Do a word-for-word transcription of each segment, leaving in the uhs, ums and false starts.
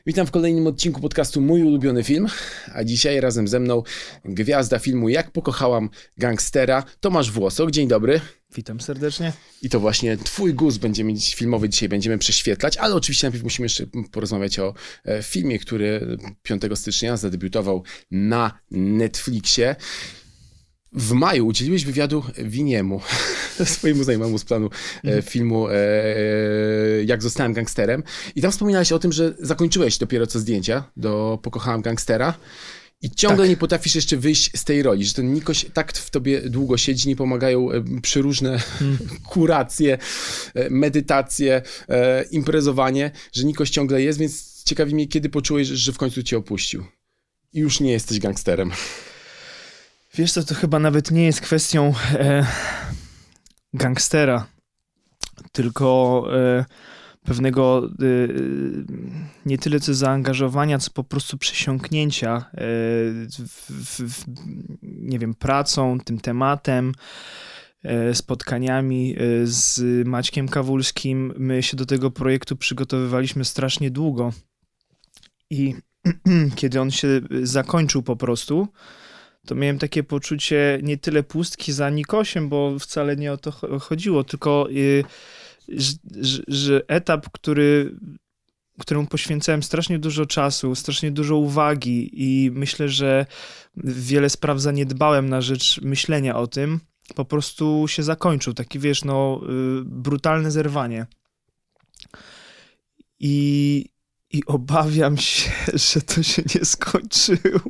Witam w kolejnym odcinku podcastu Mój ulubiony film, a dzisiaj razem ze mną gwiazda filmu Jak pokochałam gangstera, Tomasz Włosok. Dzień dobry. Witam serdecznie. I to właśnie twój gust będziemy filmowy dzisiaj będziemy prześwietlać, ale oczywiście najpierw musimy jeszcze porozmawiać o e, filmie, który piątego stycznia zadebiutował na Netflixie. W maju udzieliłeś wywiadu Winiemu, swojemu znajomemu z planu e, filmu e, Jak zostałem gangsterem. I tam wspominałeś o tym, że zakończyłeś dopiero co zdjęcia do Pokochałam gangstera i ciągle tak. nie potrafisz jeszcze wyjść z tej roli, że ten Nikoś tak w tobie długo siedzi, nie pomagają e, przeróżne hmm. kuracje, e, medytacje, e, imprezowanie, że Nikoś ciągle jest, więc ciekawi mnie, kiedy poczułeś, że w końcu cię opuścił i już nie jesteś gangsterem. Wiesz co, to chyba nawet nie jest kwestią e, gangstera, tylko e, pewnego e, nie tyle co zaangażowania, co po prostu przesiąknięcia e, w, w, w, nie wiem, pracą, tym tematem, e, spotkaniami e, z Maćkiem Kawulskim. My się do tego projektu przygotowywaliśmy strasznie długo i kiedy on się zakończył po prostu, to miałem takie poczucie nie tyle pustki za Nikosiem, bo wcale nie o to chodziło, tylko yy, że, że etap, który, któremu poświęcałem strasznie dużo czasu, strasznie dużo uwagi i myślę, że wiele spraw zaniedbałem na rzecz myślenia o tym, po prostu się zakończył. Taki, wiesz, no, yy, brutalne zerwanie. I, i obawiam się, że to się nie skończyło.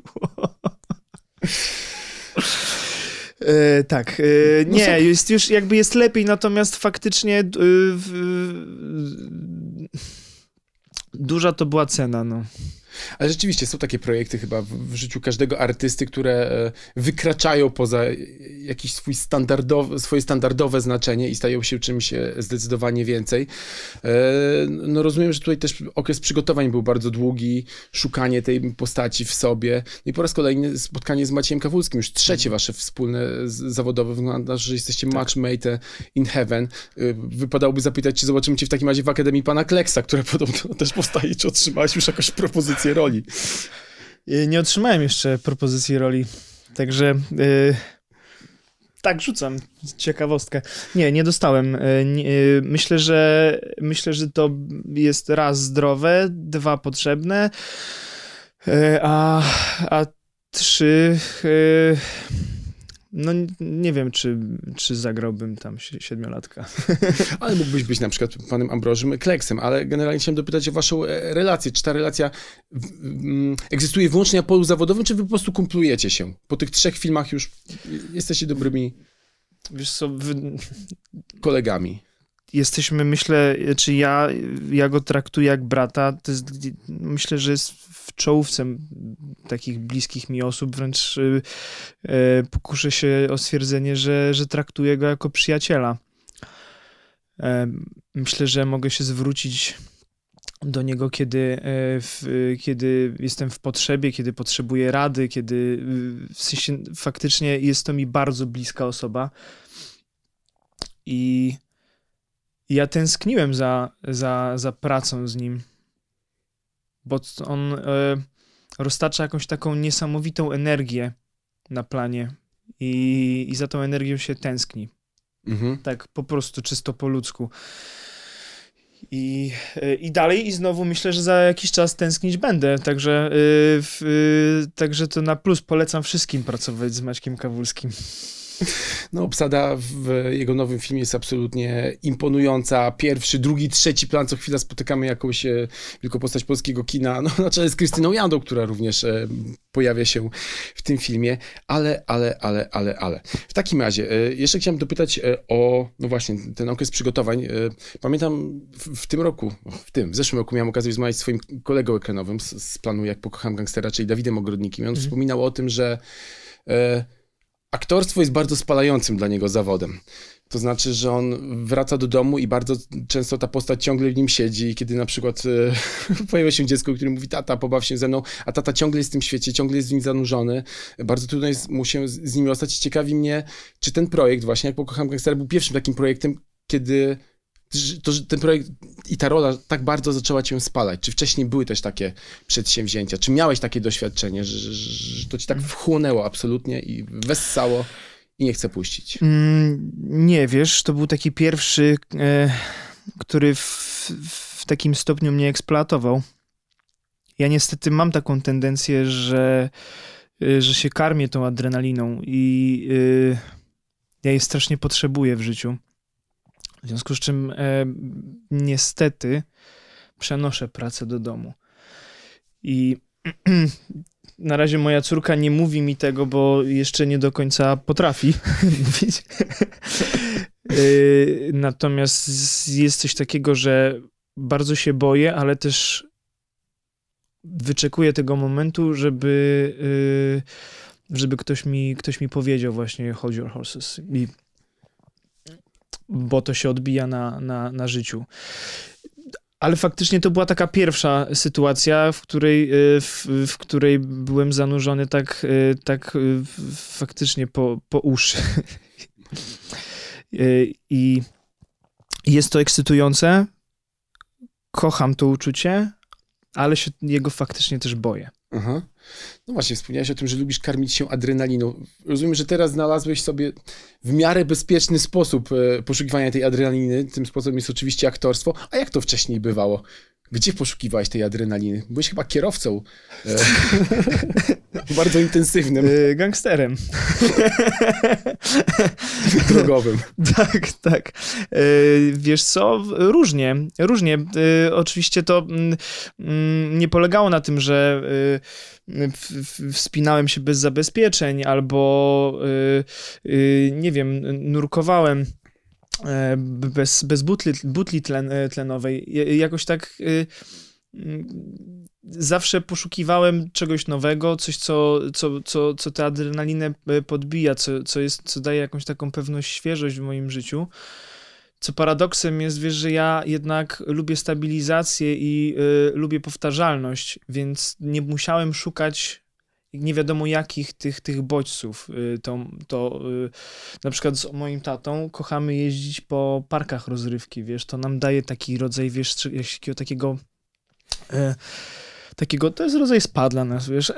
E, tak, e, nie, no jest już jakby jest lepiej, natomiast faktycznie e, w, duża to była cena, no. Ale rzeczywiście są takie projekty chyba w, w życiu każdego artysty, które e, wykraczają poza jakieś swój standardowe, swoje standardowe znaczenie i stają się czymś e, zdecydowanie więcej. E, no rozumiem, że tutaj też okres przygotowań był bardzo długi, szukanie tej postaci w sobie. No i po raz kolejny spotkanie z Maciejem Kawulskim, już trzecie wasze wspólne z, zawodowe, wygląda, że jesteście tak. matchmate in heaven. E, wypadałoby zapytać, czy zobaczymy cię w takim razie w Akademii Pana Kleksa, która podobno też powstaje, czy otrzymałeś już jakąś propozycję roli. Nie otrzymałem jeszcze propozycji roli, także yy, tak rzucam ciekawostkę. Nie, nie dostałem. Yy, yy, myślę, że myślę, że to jest raz zdrowe, dwa potrzebne, yy, a, a trzy yy, no nie wiem, czy, czy zagrałbym tam siedmiolatka. Ale mógłbyś być na przykład panem Ambrożym Kleksem, ale generalnie chciałem dopytać o waszą relację. Czy ta relacja w, m, egzystuje wyłącznie na polu zawodowym, czy wy po prostu kumplujecie się? Po tych trzech filmach już jesteście dobrymi Wiesz co, wy... kolegami. Jesteśmy, myślę, czy ja, ja go traktuję jak brata, to jest, myślę, że jest w czołówce takich bliskich mi osób, wręcz yy, yy, pokuszę się o stwierdzenie, że, że traktuję go jako przyjaciela. Yy, myślę, że mogę się zwrócić do niego, kiedy, yy, w, yy, kiedy jestem w potrzebie, kiedy potrzebuję rady, kiedy yy, w sensie faktycznie jest to mi bardzo bliska osoba i ja tęskniłem za, za, za pracą z nim, bo on e, roztacza jakąś taką niesamowitą energię na planie i, i za tą energią się tęskni. Mhm. Tak po prostu, czysto po ludzku. I, e, I dalej i znowu myślę, że za jakiś czas tęsknić będę, także, e, w, e, także to na plus polecam wszystkim pracować z Maćkiem Kawulskim. No, obsada w jego nowym filmie jest absolutnie imponująca. Pierwszy, drugi, trzeci plan, co chwila spotykamy jakąś e, wielką postać polskiego kina, no na czele z Krystyną Jandą, która również e, pojawia się w tym filmie, ale, ale, ale, ale, ale. W takim razie, e, jeszcze chciałem dopytać e, o, no właśnie, ten okres przygotowań. E, pamiętam w, w tym roku, w tym, w zeszłym roku miałem okazję rozmawiać z swoim kolegą ekranowym z, z planu Jak pokocham gangstera, czyli Dawidem Ogrodnikiem. I on mm. wspominał o tym, że e, aktorstwo jest bardzo spalającym dla niego zawodem. To znaczy, że on wraca do domu i bardzo często ta postać ciągle w nim siedzi i kiedy na przykład e, pojawia się dziecko, które mówi tata, pobaw się ze mną, a tata ciągle jest w tym świecie, ciągle jest w nim zanurzony. Bardzo trudno jest mu się z, z nim rozstać i ciekawi mnie, czy ten projekt właśnie, Jak pokocham gangstera, był pierwszym takim projektem, kiedy że, to, że ten projekt i ta rola tak bardzo zaczęła cię spalać? Czy wcześniej były też takie przedsięwzięcia? Czy miałeś takie doświadczenie, że, że, że to ci tak wchłonęło absolutnie i wessało i nie chcę puścić? Mm, nie, wiesz, to był taki pierwszy, e, który w, w takim stopniu mnie eksploatował. Ja niestety mam taką tendencję, że, e, że się karmię tą adrenaliną i e, ja jej strasznie potrzebuję w życiu. W związku z czym e, niestety przenoszę pracę do domu. I na razie moja córka nie mówi mi tego, bo jeszcze nie do końca potrafi mówić. e, natomiast jest coś takiego, że bardzo się boję, ale też wyczekuję tego momentu, żeby, e, żeby ktoś mi, ktoś mi powiedział właśnie hold your horses. I bo to się odbija na, na, na życiu. Ale faktycznie to była taka pierwsza sytuacja, w której, w, w której byłem zanurzony tak, tak faktycznie po, po uszy. I jest to ekscytujące. Kocham to uczucie, ale się jego faktycznie też boję. Aha. No właśnie, wspomniałeś o tym, że lubisz karmić się adrenaliną. Rozumiem, że teraz znalazłeś sobie w miarę bezpieczny sposób poszukiwania tej adrenaliny. Tym sposobem jest oczywiście aktorstwo. A jak to wcześniej bywało? Gdzie poszukiwałeś tej adrenaliny? Byłeś chyba kierowcą. E, bardzo intensywnym. Yy, gangsterem. Drogowym. Tak, tak. Yy, wiesz co? Różnie. Różnie. Yy, oczywiście to yy, nie polegało na tym, że yy, w, w, wspinałem się bez zabezpieczeń albo yy, yy, nie wiem, nurkowałem bez, bez butli, butli tlen, tlenowej. Jakoś tak y, y, zawsze poszukiwałem czegoś nowego, coś, co, co, co, co tę adrenalinę podbija, co, co, jest, co daje jakąś taką pewność, świeżość w moim życiu. Co paradoksem jest, wiesz, że ja jednak lubię stabilizację i y, lubię powtarzalność, więc nie musiałem szukać nie wiadomo jakich tych, tych bodźców. To, to na przykład z moim tatą kochamy jeździć po parkach rozrywki, wiesz, to nam daje taki rodzaj, wiesz, takiego, takiego e, takiego, to jest rodzaj spa dla nas, wiesz,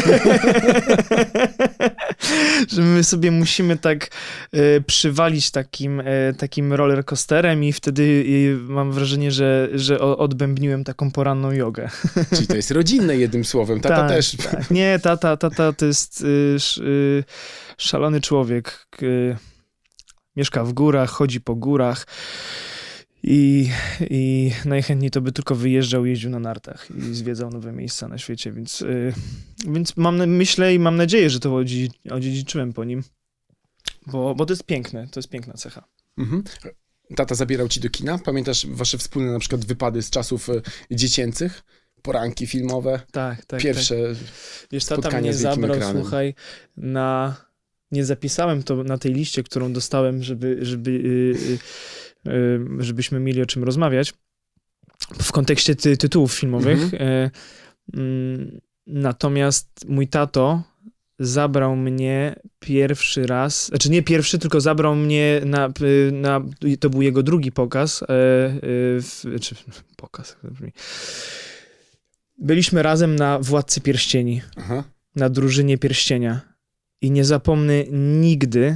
że my sobie musimy tak e, przywalić takim, e, takim roller coasterem i wtedy e, mam wrażenie, że, że odbębniłem taką poranną jogę. Czyli to jest rodzinne jednym słowem, tata tak, też. Tak. Nie, tata, tata to jest y, sz, y, szalony człowiek. Y, mieszka w górach, chodzi po górach i, i najchętniej to by tylko wyjeżdżał, jeździł na nartach i zwiedzał nowe miejsca na świecie, więc, y, więc mam, myślę i mam nadzieję, że to odziedziczyłem po nim, bo, bo to jest piękne, to jest piękna cecha. Mhm. Tata zabierał ci do kina? Pamiętasz wasze wspólne na przykład wypady z czasów dziecięcych? Poranki filmowe? Tak, tak. Pierwsze tak. Wiesz, tata spotkania mnie z wielkim zabrał, ekranem. słuchaj, na... Nie zapisałem to na tej liście, którą dostałem, żeby, żeby, yy, yy, żebyśmy mieli o czym rozmawiać w kontekście ty, tytułów filmowych. Mhm. Yy, yy, natomiast mój tato zabrał mnie pierwszy raz, znaczy nie pierwszy, tylko zabrał mnie na, na to był jego drugi pokaz, yy, yy, czy pokaz, jak to brzmi. Byliśmy razem na Władcy Pierścieni, Aha. na Drużynie Pierścienia i nie zapomnę nigdy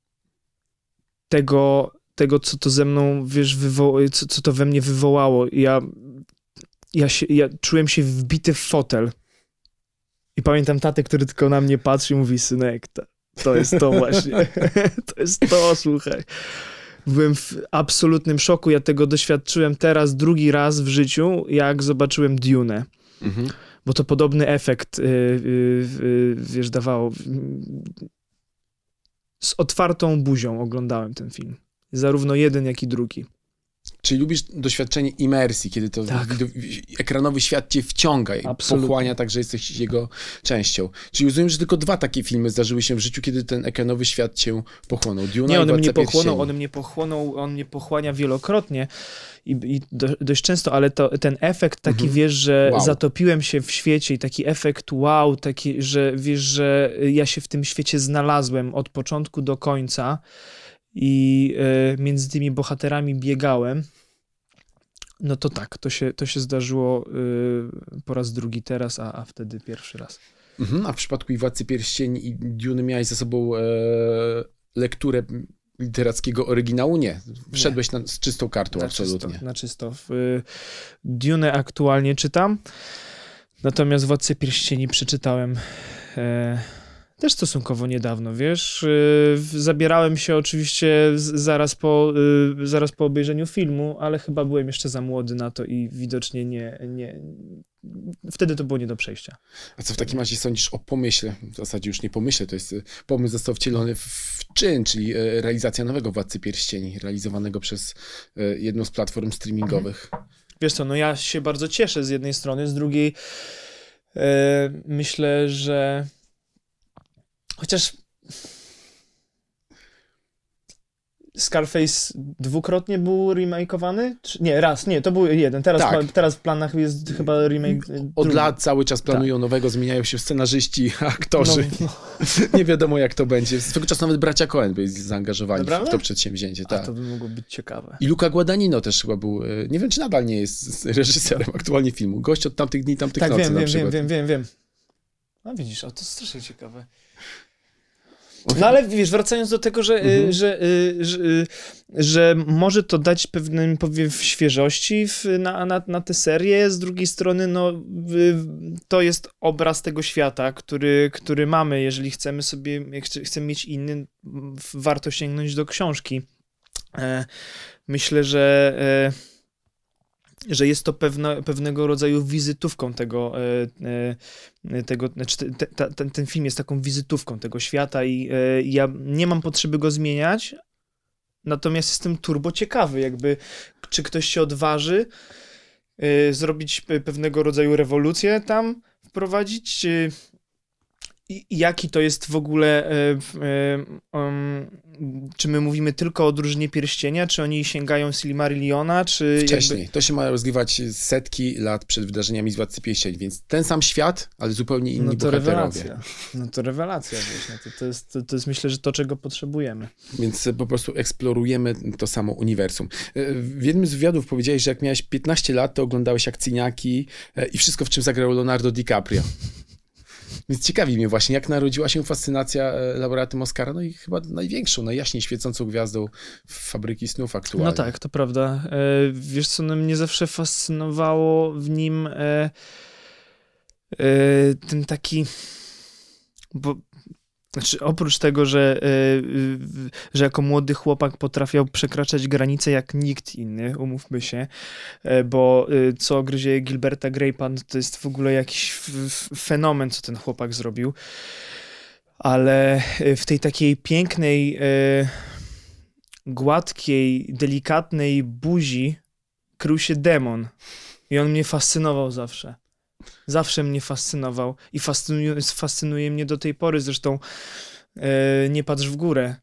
tego, tego co to ze mną, wiesz, wywo- co, co to we mnie wywołało. Ja, ja, się, ja czułem się wbity w fotel i pamiętam tatę, który tylko na mnie patrzy i mówi, synek, to, to jest to właśnie, to jest to, słuchaj. Byłem w absolutnym szoku, ja tego doświadczyłem teraz drugi raz w życiu, jak zobaczyłem Dune'ę. Mhm. Bo to podobny efekt, yy, yy, wiesz, dawało. Z otwartą buzią oglądałem ten film. Zarówno jeden, jak i drugi. Czyli lubisz doświadczenie imersji, kiedy to tak. ekranowy świat cię wciąga i Absolutnie. pochłania tak, że jesteś jego częścią. Czyli rozumiem, że tylko dwa takie filmy zdarzyły się w życiu, kiedy ten ekranowy świat cię pochłonął. Duna Nie, i on mnie Władca pochłonął, on mnie pochłonął, on mnie pochłania wielokrotnie i, i do, dość często, ale to, ten efekt taki, mhm. wiesz, że wow. zatopiłem się w świecie i taki efekt wow, taki, że wiesz, że ja się w tym świecie znalazłem od początku do końca i y, między tymi bohaterami biegałem. No to tak, to się, to się zdarzyło y, po raz drugi teraz, a, a wtedy pierwszy raz. Mhm, a w przypadku i Władcy Pierścieni i Duny miałeś ze sobą e, lekturę literackiego oryginału? Nie. Wszedłeś na, z czystą kartą, na absolutnie. Czysto, na czysto. W, y, Dune aktualnie czytam, natomiast Władcy Pierścieni przeczytałem e, też stosunkowo niedawno, wiesz. Y, zabierałem się oczywiście z, zaraz, po, y, zaraz po obejrzeniu filmu, ale chyba byłem jeszcze za młody na to i widocznie nie... nie wtedy to było nie do przejścia. A co w takim razie sądzisz o pomyśle? W zasadzie już nie pomyśle, to jest y, pomysł został wcielony w, w czyn, czyli y, realizacja nowego Władcy Pierścieni, realizowanego przez y, jedną z platform streamingowych. Wiesz co, no ja się bardzo cieszę z jednej strony, z drugiej e, myślę, że chociaż Scarface dwukrotnie był remake'owany? Czy, nie, raz, nie, to był jeden. Teraz, Tak. ma, teraz w planach jest chyba remake e, Od drugi. lat cały czas planują Tak. nowego, zmieniają się scenarzyści, aktorzy. No, Nie wiadomo jak to będzie. Swego czasu nawet bracia Coen byli zaangażowani Naprawdę? w to przedsięwzięcie. a Tak. to by mogło być ciekawe. I Luca Guadagnino też chyba był, y, nie wiem czy nadal nie jest reżyserem aktualnie filmu. Gość od tamtych dni, tamtych Tak, nocy wiem, na wiem, przykład. wiem, wiem, wiem, wiem. No widzisz, o, to strasznie ciekawe. No ale wiesz, wracając do tego, że, Mhm. y, że, y, że, y, że może to dać pewien powiew świeżości w, na, na, na tę serię, z drugiej strony no, y, to jest obraz tego świata, który, który mamy, jeżeli chcemy sobie, jak chce- chcemy mieć inny, w- warto sięgnąć do książki. E, myślę, że e, że jest to pewna, pewnego rodzaju wizytówką tego, e, e, tego znaczy te, te, ten, ten film jest taką wizytówką tego świata i e, ja nie mam potrzeby go zmieniać, natomiast jestem turbo ciekawy, jakby czy ktoś się odważy e, zrobić pe- pewnego rodzaju rewolucję tam wprowadzić, czy i i jaki to jest w ogóle, e, w- e, um, czy my mówimy tylko o Drużynie Pierścienia, czy oni sięgają Silmarilliona, czy Wcześniej. jakby... To się ma rozgrywać setki lat przed wydarzeniami z Władcy Pierścieni, więc ten sam świat, ale zupełnie inni No to bohaterowie. rewelacja. No to rewelacja, wiesz, no to, to, jest, to, to jest myślę, że to, czego potrzebujemy. Więc e, po prostu eksplorujemy to samo uniwersum. E, W jednym z wywiadów powiedziałeś, że jak miałeś piętnaście lat, to oglądałeś akcyjniaki e, i wszystko, w czym zagrał Leonardo DiCaprio. Więc ciekawi mnie właśnie, jak narodziła się fascynacja e, laureatem Oscara, no i chyba największą, najjaśniej świecącą gwiazdą Fabryki Snów aktualnie. No tak, to prawda. E, wiesz co, no mnie zawsze fascynowało w nim e, e, ten taki... Bo, znaczy, oprócz tego, że, e, y, że jako młody chłopak potrafiał przekraczać granice jak nikt inny, umówmy się, e, bo e, co gryzie Gilberta Grape'a, to jest w ogóle jakiś f- f- fenomen, co ten chłopak zrobił. Ale e, w tej takiej pięknej, e, gładkiej, delikatnej buzi krył się demon. I on mnie fascynował zawsze. Zawsze mnie fascynował i fascynuje, fascynuje mnie do tej pory. Zresztą e, Nie patrz w górę.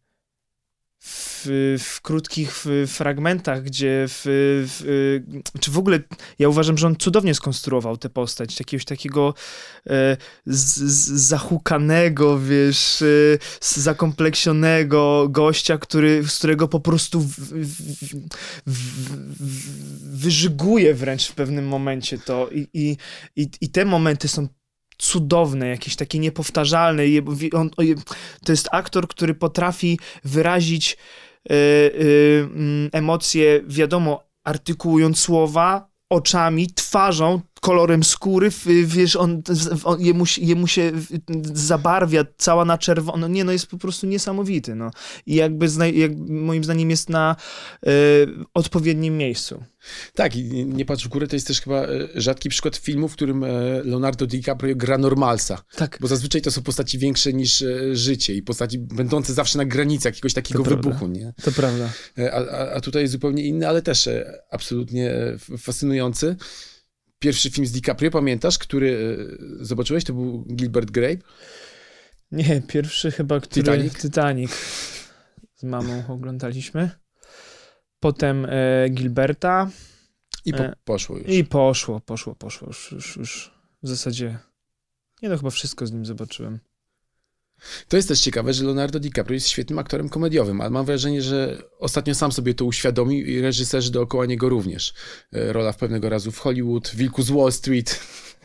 W, w krótkich w, fragmentach, gdzie w, w, czy w ogóle ja uważam, że on cudownie skonstruował tę postać, jakiegoś takiego e, z, z, zahukanego, wiesz, e, z- zakompleksionego gościa, który, z którego po prostu w, w, w, w, wyżyguje wręcz w pewnym momencie to i, i, i, i te momenty są cudowne, jakieś takie niepowtarzalne. Je- On, on, to jest aktor, który potrafi wyrazić e, e, mm, emocje, wiadomo, artykułując słowa, oczami, twarzą, kolorem skóry, w- wiesz, on, on jemu, się- jemu się zabarwia cała na czerwono. Nie, no jest po prostu niesamowity, no. I jakby, zna, jak, moim zdaniem jest na e, odpowiednim miejscu. Tak, i Nie patrz w górę to jest też chyba e, rzadki przykład filmu, w którym e, Leonardo DiCaprio gra normalsa. Tak. Bo zazwyczaj to są postaci większe niż e, życie i postaci będące zawsze na granicy jakiegoś takiego To prawda. wybuchu, nie? To prawda. E, A, a, a tutaj jest zupełnie inny, ale też e, absolutnie e, f- fascynujący. Pierwszy film z DiCaprio, pamiętasz, który e, zobaczyłeś? To był Gilbert Grape. Nie, pierwszy chyba, który... Titanic? Titanic. Z mamą oglądaliśmy. Potem e, Gilberta. I po, E, poszło już. I poszło, poszło, poszło. Już, już, już w zasadzie... Nie no, chyba wszystko z nim zobaczyłem. To jest też ciekawe, że Leonardo DiCaprio jest świetnym aktorem komediowym, ale mam wrażenie, że ostatnio sam sobie to uświadomił i reżyserzy dookoła niego również. Rola w Pewnego razu w Hollywood, Wilku z Wall Street.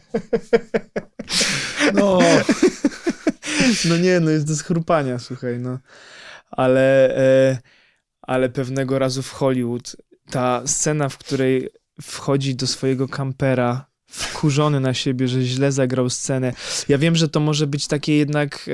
No... No nie, no jest do schrupania, słuchaj, no. Ale, e, ale Pewnego razu w Hollywood ta scena, w której wchodzi do swojego kampera wkurzony na siebie, że źle zagrał scenę. Ja wiem, że to może być takie jednak...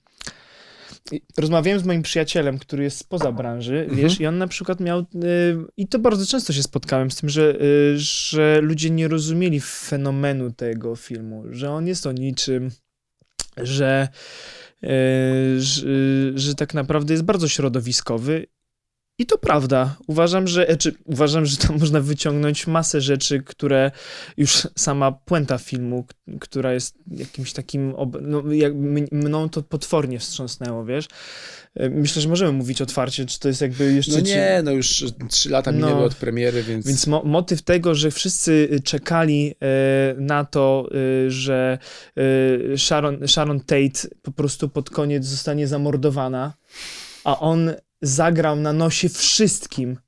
E, rozmawiałem z moim przyjacielem, który jest spoza branży, mhm. wiesz, i on na przykład miał... E, I to bardzo często się spotkałem z tym, że, e, że ludzie nie rozumieli fenomenu tego filmu, że on jest o niczym, że, yy, że, że tak naprawdę jest bardzo środowiskowy i to prawda. Uważam, że czy, uważam, że tam można wyciągnąć masę rzeczy, które już sama puenta filmu, k- która jest jakimś takim, ob- no, jak, mną to potwornie wstrząsnęło, wiesz. Myślę, że możemy mówić otwarcie, czy to jest jakby jeszcze... No nie, czy... no już trzy lata minęły no, od premiery, więc... Więc mo- motyw tego, że wszyscy czekali e, na to, e, że e, Sharon, Sharon Tate po prostu pod koniec zostanie zamordowana, a on zagrał na nosie wszystkim.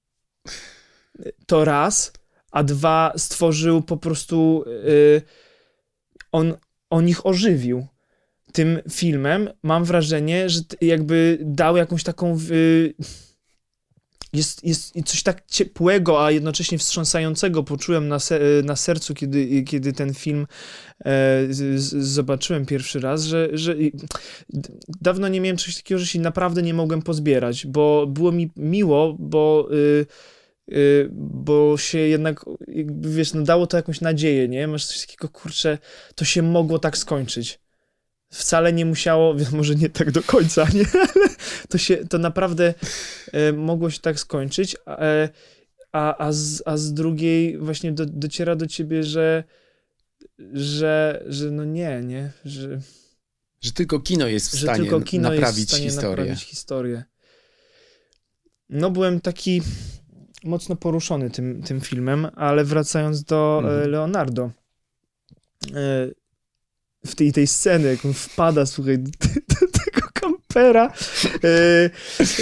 To raz, a dwa stworzył po prostu... E, on, on ich ożywił. Tym filmem mam wrażenie, że jakby dał jakąś taką... Y, jest, jest coś tak ciepłego, a jednocześnie wstrząsającego poczułem na, se, na sercu, kiedy, kiedy ten film e, z, z, zobaczyłem pierwszy raz, że, że dawno nie miałem czegoś takiego, że się naprawdę nie mogłem pozbierać, bo było mi miło, bo... Y, y, bo się jednak, jakby, wiesz, no dało to jakąś nadzieję, nie? Masz coś takiego, kurczę, to się mogło tak skończyć. Wcale nie musiało, może nie tak do końca, nie? Ale to się, to naprawdę e, mogło się tak skończyć, a, a, a, z, a z drugiej właśnie do, dociera do ciebie, że, że, że no nie, nie? Że, że tylko kino jest w że stanie tylko kino naprawić jest w stanie historię. Naprawić historię. No byłem taki mocno poruszony tym, tym filmem, ale wracając do mhm. Leonardo, e, w tej, tej sceny, jak on wpada, słuchaj, do, do tego kampera. E,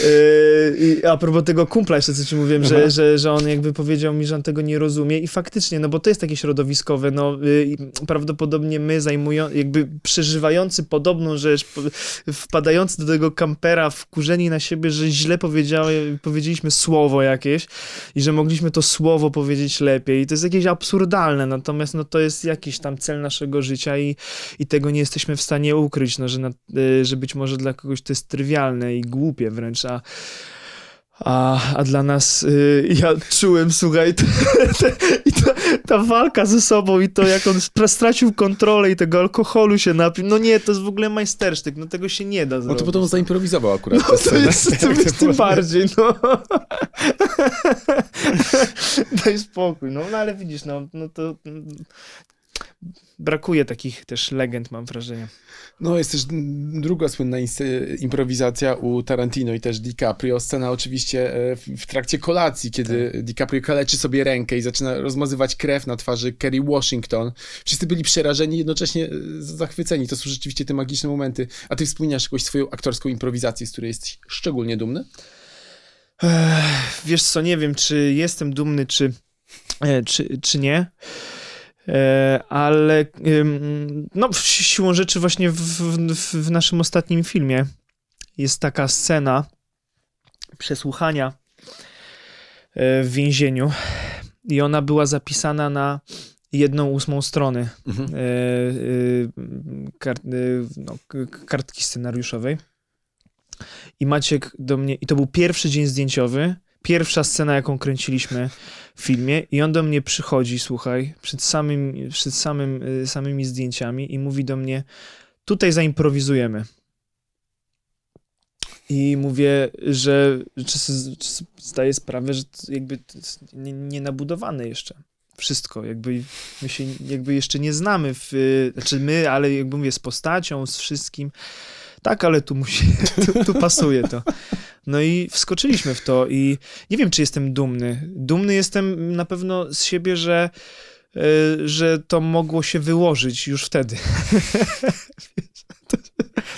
e, a propos tego kumpla, jeszcze co ci mówiłem, że, że, że on jakby powiedział mi, że on tego nie rozumie i faktycznie, no bo to jest takie środowiskowe, no y, prawdopodobnie my zajmują, jakby przeżywający podobną rzecz, po, wpadający do tego kampera, wkurzeni na siebie, że źle powiedziały, powiedzieliśmy słowo jakieś i że mogliśmy to słowo powiedzieć lepiej. I to jest jakieś absurdalne, natomiast no to jest jakiś tam cel naszego życia i i tego nie jesteśmy w stanie ukryć, no, że, na, że być może dla kogoś to jest trywialne i głupie wręcz, a, a, a dla nas y, ja czułem, słuchaj, te, te, i ta, ta walka ze sobą i to, jak on stracił kontrolę i tego alkoholu się napił, no nie, to jest w ogóle majstersztyk, no tego się nie da zrobić. No to potem zaimprowizował akurat. No to jest, to jest tym bardziej, no. Daj spokój, no, no ale widzisz, no, no to... Brakuje takich też legend, mam wrażenie. No jest też druga słynna improwizacja u Tarantino i też DiCaprio. Scena oczywiście w trakcie kolacji, kiedy tak. DiCaprio kaleczy sobie rękę i zaczyna rozmazywać krew na twarzy Kerry Washington. Wszyscy byli przerażeni, jednocześnie zachwyceni. To są rzeczywiście te magiczne momenty. A ty wspominasz jakąś swoją aktorską improwizację, z której jesteś szczególnie dumny? Ech, wiesz co, nie wiem, czy jestem dumny, czy, czy, czy nie. Ale no, siłą rzeczy właśnie w, w, w naszym ostatnim filmie jest taka scena przesłuchania w więzieniu i ona była zapisana na jedną ósmą strony mhm. kart, no, kartki scenariuszowej i Maciek do mnie, i to był pierwszy dzień zdjęciowy, pierwsza scena, jaką kręciliśmy w filmie i on do mnie przychodzi, słuchaj, przed, samym, przed samym, samymi zdjęciami i mówi do mnie, tutaj zaimprowizujemy. I mówię, że czy, czy zdaję sprawę, że to jakby to jest nie, nie nabudowane jeszcze wszystko, jakby my się jakby jeszcze nie znamy, w, znaczy my, ale jakby mówię, z postacią, z wszystkim. Tak, ale tu musi, tu, tu pasuje to. No i wskoczyliśmy w to i nie wiem, czy jestem dumny. Dumny jestem na pewno z siebie, że, że to mogło się wyłożyć już wtedy. to,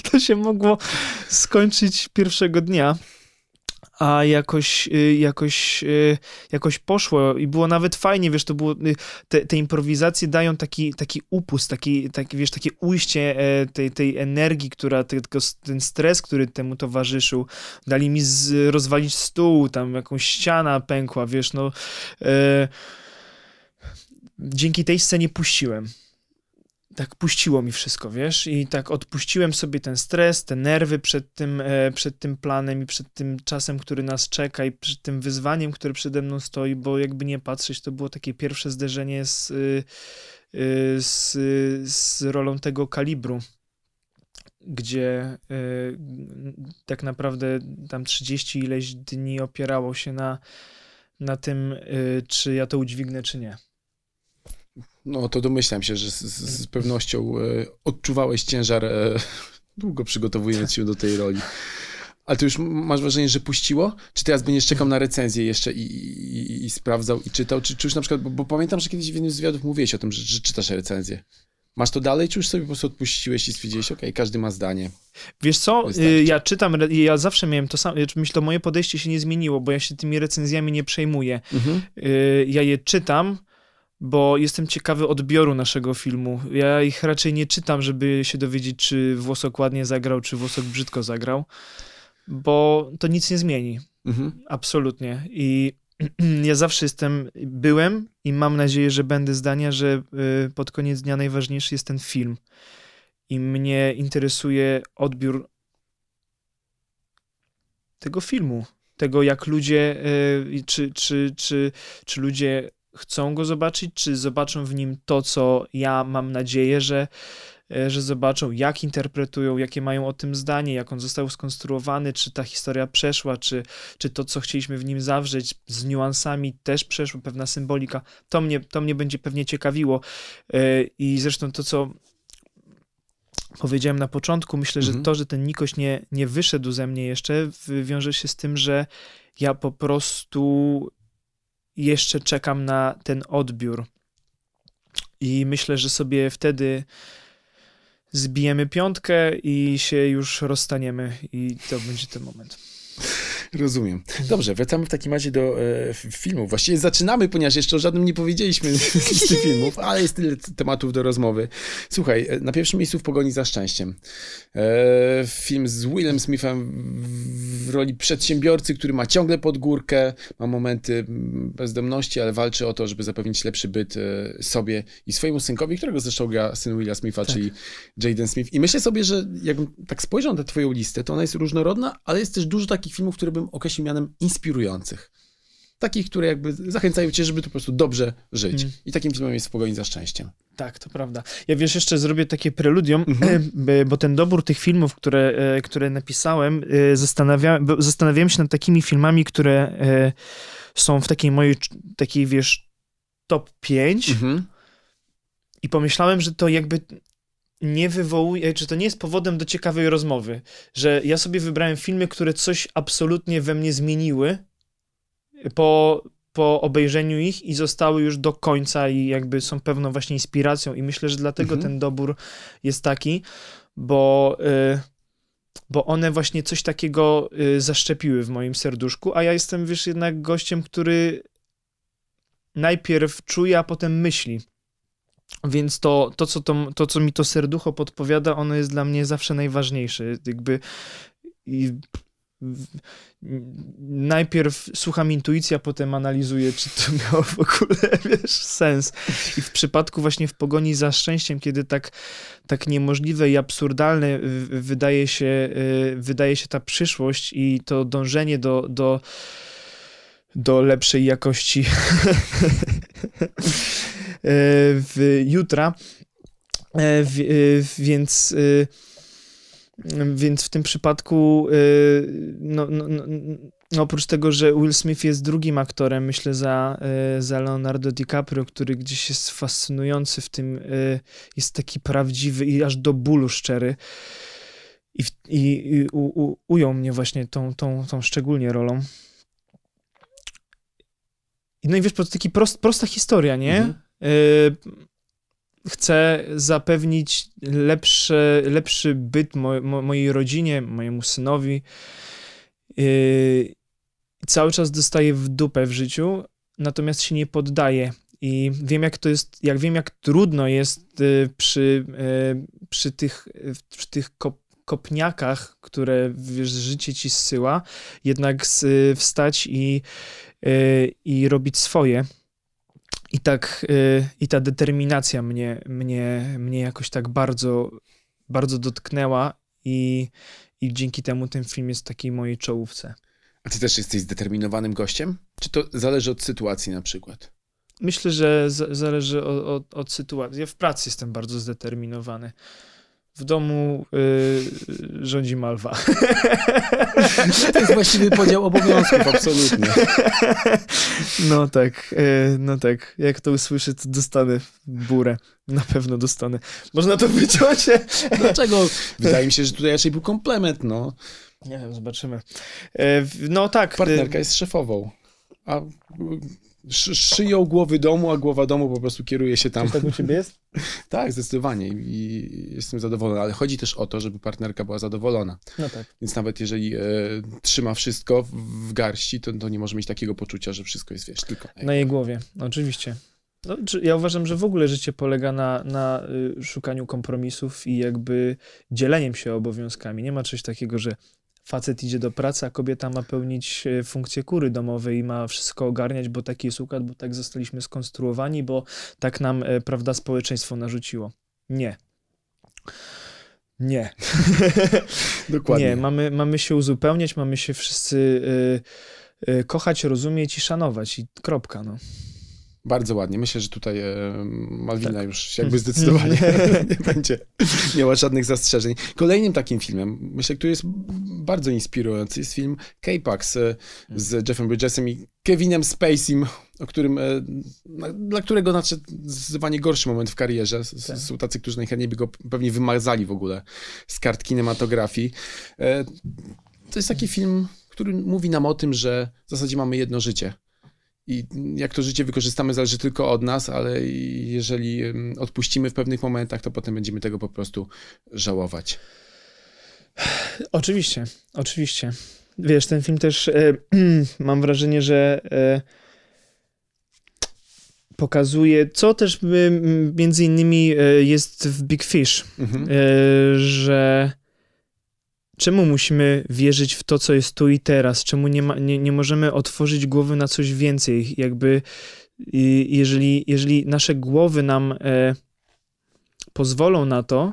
to się mogło skończyć pierwszego dnia. A jakoś, jakoś, jakoś poszło i było nawet fajnie, wiesz, to było, te, te improwizacje dają taki, taki upust, taki, taki, wiesz, takie ujście tej, tej energii, która, tylko ten stres, który temu towarzyszył. Dali mi z, rozwalić stół, tam jakąś ściana pękła, wiesz, no. E, dzięki tej scenie puściłem. Tak puściło mi wszystko, wiesz, i tak odpuściłem sobie ten stres, te nerwy przed tym, e, przed tym planem i przed tym czasem, który nas czeka i przed tym wyzwaniem, które przede mną stoi, bo jakby nie patrzeć, to było takie pierwsze zderzenie z, y, y, z, z rolą tego kalibru, gdzie y, tak naprawdę tam trzydzieści ileś dni opierało się na, na tym, y, czy ja to udźwignę, czy nie. No to domyślam się, że z, z pewnością e, odczuwałeś ciężar e, długo przygotowując się do tej roli. Ale ty już masz wrażenie, że puściło? Czy teraz będziesz czekał na recenzję jeszcze i, i, i sprawdzał i czytał? Czy, czy już na przykład, bo, bo pamiętam, że kiedyś w jednym z wywiadów mówiłeś o tym, że, że czytasz recenzję. Masz to dalej, czy już sobie po prostu odpuściłeś i stwierdziłeś, okej, okay, każdy ma zdanie? Wiesz co, wystarczy. Ja czytam, ja zawsze miałem to samo, myślę, to moje podejście się nie zmieniło, bo ja się tymi recenzjami nie przejmuję. Mhm. Ja je czytam, bo jestem ciekawy odbioru naszego filmu. Ja ich raczej nie czytam, żeby się dowiedzieć, czy Włosok ładnie zagrał, czy Włosok brzydko zagrał, bo to nic nie zmieni. Mhm. Absolutnie. I ja zawsze jestem, byłem i mam nadzieję, że będę zdania, że pod koniec dnia najważniejszy jest ten film. I mnie interesuje odbiór tego filmu. Tego, jak ludzie, czy, czy, czy, czy ludzie chcą go zobaczyć, czy zobaczą w nim to, co ja mam nadzieję, że, że zobaczą, jak interpretują, jakie mają o tym zdanie, jak on został skonstruowany, czy ta historia przeszła, czy, czy to, co chcieliśmy w nim zawrzeć z niuansami też przeszło, pewna symbolika. To mnie, to mnie będzie pewnie ciekawiło. I zresztą to, co powiedziałem na początku, myślę, mhm. że to, że ten Nikoś nie, nie wyszedł ze mnie jeszcze, wiąże się z tym, że ja po prostu jeszcze czekam na ten odbiór. I myślę, że sobie wtedy zbijemy piątkę i się już rozstaniemy i to będzie ten moment. Rozumiem. Dobrze, wracamy w takim razie do e, filmów. Właściwie zaczynamy, ponieważ jeszcze o żadnym nie powiedzieliśmy z tych filmów, ale jest tyle tematów do rozmowy. Słuchaj, na pierwszym miejscu W pogoni za szczęściem. E, film z Willem Smithem w roli przedsiębiorcy, który ma ciągle pod górkę, ma momenty bezdomności, ale walczy o to, żeby zapewnić lepszy byt e, sobie i swojemu synkowi, którego zresztą gra syn Willa Smitha, tak. czyli Jaden Smith. I myślę sobie, że jakbym tak spojrzał na twoją listę, to ona jest różnorodna, ale jest też dużo takich filmów, które bym określił mianem inspirujących. Takich, które jakby zachęcają cię, żeby to po prostu dobrze żyć. Mm. I takim filmem jest W pogoni za szczęściem. Tak, to prawda. Ja wiesz, jeszcze zrobię takie preludium, mm-hmm. bo ten dobór tych filmów, które, które napisałem, zastanawiałem, zastanawiałem się nad takimi filmami, które są w takiej mojej, takiej wiesz, top pięć mm-hmm. i pomyślałem, że to jakby nie wywołuje, czy to nie jest powodem do ciekawej rozmowy, że ja sobie wybrałem filmy, które coś absolutnie we mnie zmieniły po, po obejrzeniu ich i zostały już do końca i jakby są pewną właśnie inspiracją i myślę, że dlatego mhm. ten dobór jest taki, bo, y, bo one właśnie coś takiego y, zaszczepiły w moim serduszku, a ja jestem, wiesz, jednak gościem, który najpierw czuje, a potem myśli. Więc to, to, co to, to, co mi to serducho podpowiada, ono jest dla mnie zawsze najważniejsze. Jakby i w, najpierw słucham intuicji, a potem analizuję, czy to miało w ogóle, wiesz, sens. I w przypadku właśnie W pogoni za szczęściem, kiedy tak, tak niemożliwe i absurdalne wydaje się, wydaje się ta przyszłość i to dążenie do, do, do lepszej jakości w jutra, w, więc, więc w tym przypadku no, no, no, oprócz tego, że Will Smith jest drugim aktorem, myślę, za, za Leonardo DiCaprio, który gdzieś jest fascynujący w tym, jest taki prawdziwy i aż do bólu szczery i, i, i u, u, ujął mnie właśnie tą, tą, tą szczególnie rolą. No i wiesz, po prostu taka prost, prosta historia, nie? Mhm. chcę zapewnić lepszy, lepszy byt mo, mo, mojej rodzinie, mojemu synowi. Yy, cały czas dostaję w dupę w życiu, natomiast się nie poddaję. I wiem, jak to jest, jak wiem, jak trudno jest y, przy, y, przy tych, y, przy tych kop, kopniakach, które wiesz, życie ci zsyła, jednak z, y, wstać i, y, i robić swoje. I tak, y, i ta determinacja mnie, mnie, mnie jakoś tak bardzo, bardzo dotknęła i, i dzięki temu ten film jest w takiej mojej czołówce. A ty też jesteś zdeterminowanym gościem? Czy to zależy od sytuacji na przykład? Myślę, że z- zależy od, od, od sytuacji. Ja w pracy jestem bardzo zdeterminowany. W domu y, rządzi Malwa. To jest właściwy podział obowiązków, absolutnie. No tak, y, no tak. Jak to usłyszę, to dostanę burę. Na pewno dostanę. Można to wyciąć? Dlaczego? Wydaje mi się, że tutaj raczej był komplement, no. Nie wiem, zobaczymy. Y, no tak. Partnerka jest szefową, a sz- szyją głowy domu, a głowa domu po prostu kieruje się tam. Czy tak u ciebie jest? Tak, zdecydowanie i jestem zadowolony, ale chodzi też o to, żeby partnerka była zadowolona. No tak. Więc nawet jeżeli e, trzyma wszystko w, w garści, to, to nie może mieć takiego poczucia, że wszystko jest, wiesz, tylko... Na jej głowie, oczywiście. No, czy- ja uważam, że w ogóle życie polega na, na y, szukaniu kompromisów i jakby dzieleniem się obowiązkami. Nie ma czegoś takiego, że facet idzie do pracy, a kobieta ma pełnić e, funkcję kury domowej i ma wszystko ogarniać, bo taki jest układ, bo tak zostaliśmy skonstruowani, bo tak nam, e, prawda, społeczeństwo narzuciło. Nie. Nie. Dokładnie. Nie, mamy, mamy się uzupełniać, mamy się wszyscy y, y, kochać, rozumieć i szanować i kropka, no. Bardzo ładnie. Myślę, że tutaj e, Malwina Tak. już jakby zdecydowanie nie będzie miała żadnych zastrzeżeń. Kolejnym takim filmem, myślę, który jest bardzo inspirujący, jest film K-Pax e, z Jeffem Bridgesem i Kevinem Spacey'm, o którym, e, na, dla którego nadszedł zdecydowanie gorszy moment w karierze. S- Tak. Są tacy, którzy najchętniej by go pewnie wymazali w ogóle z kart kinematografii. E, to jest taki film, który mówi nam o tym, że w zasadzie mamy jedno życie. I jak to życie wykorzystamy, zależy tylko od nas, ale jeżeli ym, odpuścimy w pewnych momentach, to potem będziemy tego po prostu żałować. Między oczywiście. Wiesz, ten film też e, mam wrażenie, że e, pokazuje, co też e, między innymi e, jest w Big Fish, Mhm. e, że czemu musimy wierzyć w to, co jest tu i teraz? Czemu nie, ma, nie, nie możemy otworzyć głowy na coś więcej? Jakby i, jeżeli, jeżeli nasze głowy nam e, pozwolą na to,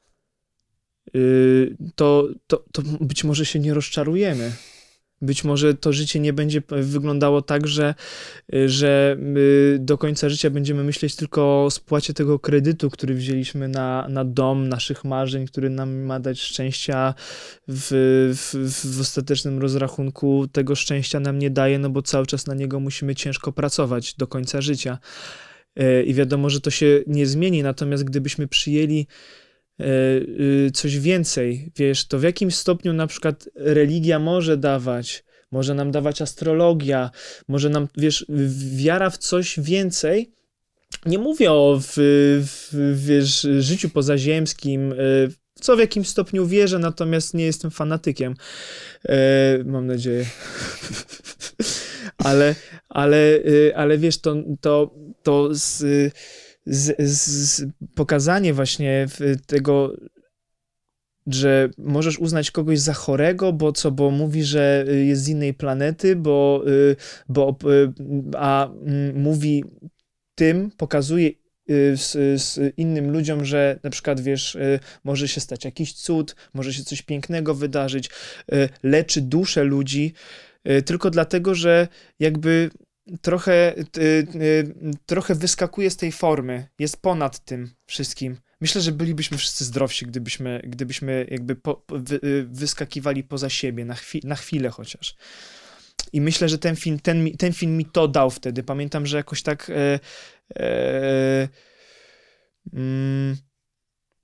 y, to, to, to być może się nie rozczarujemy. Być może to życie nie będzie wyglądało tak, że, że my do końca życia będziemy myśleć tylko o spłacie tego kredytu, który wzięliśmy na, na dom naszych marzeń, który nam ma dać szczęścia. W, w, w ostatecznym rozrachunku tego szczęścia nam nie daje, no bo cały czas na niego musimy ciężko pracować do końca życia. I wiadomo, że to się nie zmieni, natomiast gdybyśmy przyjęli coś więcej, wiesz, to w jakim stopniu na przykład religia może dawać, może nam dawać astrologia, może nam, wiesz, wiara w coś więcej. Nie mówię o w, w, wiesz, życiu pozaziemskim, co w jakim stopniu wierzę, natomiast nie jestem fanatykiem. E, mam nadzieję. ale, ale, ale wiesz, to, to, to z, z, z pokazanie właśnie tego, że możesz uznać kogoś za chorego, bo co, bo mówi, że jest z innej planety, bo, bo a mówi tym, pokazuje z, z innym ludziom, że na przykład, wiesz, może się stać jakiś cud, może się coś pięknego wydarzyć, leczy duszę ludzi, tylko dlatego, że jakby trochę, trochę wyskakuje z tej formy, jest ponad tym wszystkim. Myślę, że bylibyśmy wszyscy zdrowsi, gdybyśmy, gdybyśmy jakby po, wy, wyskakiwali poza siebie, na, chwi, na chwilę chociaż. I myślę, że ten film, ten, ten film mi to dał wtedy. Pamiętam, że jakoś tak e, e, mm,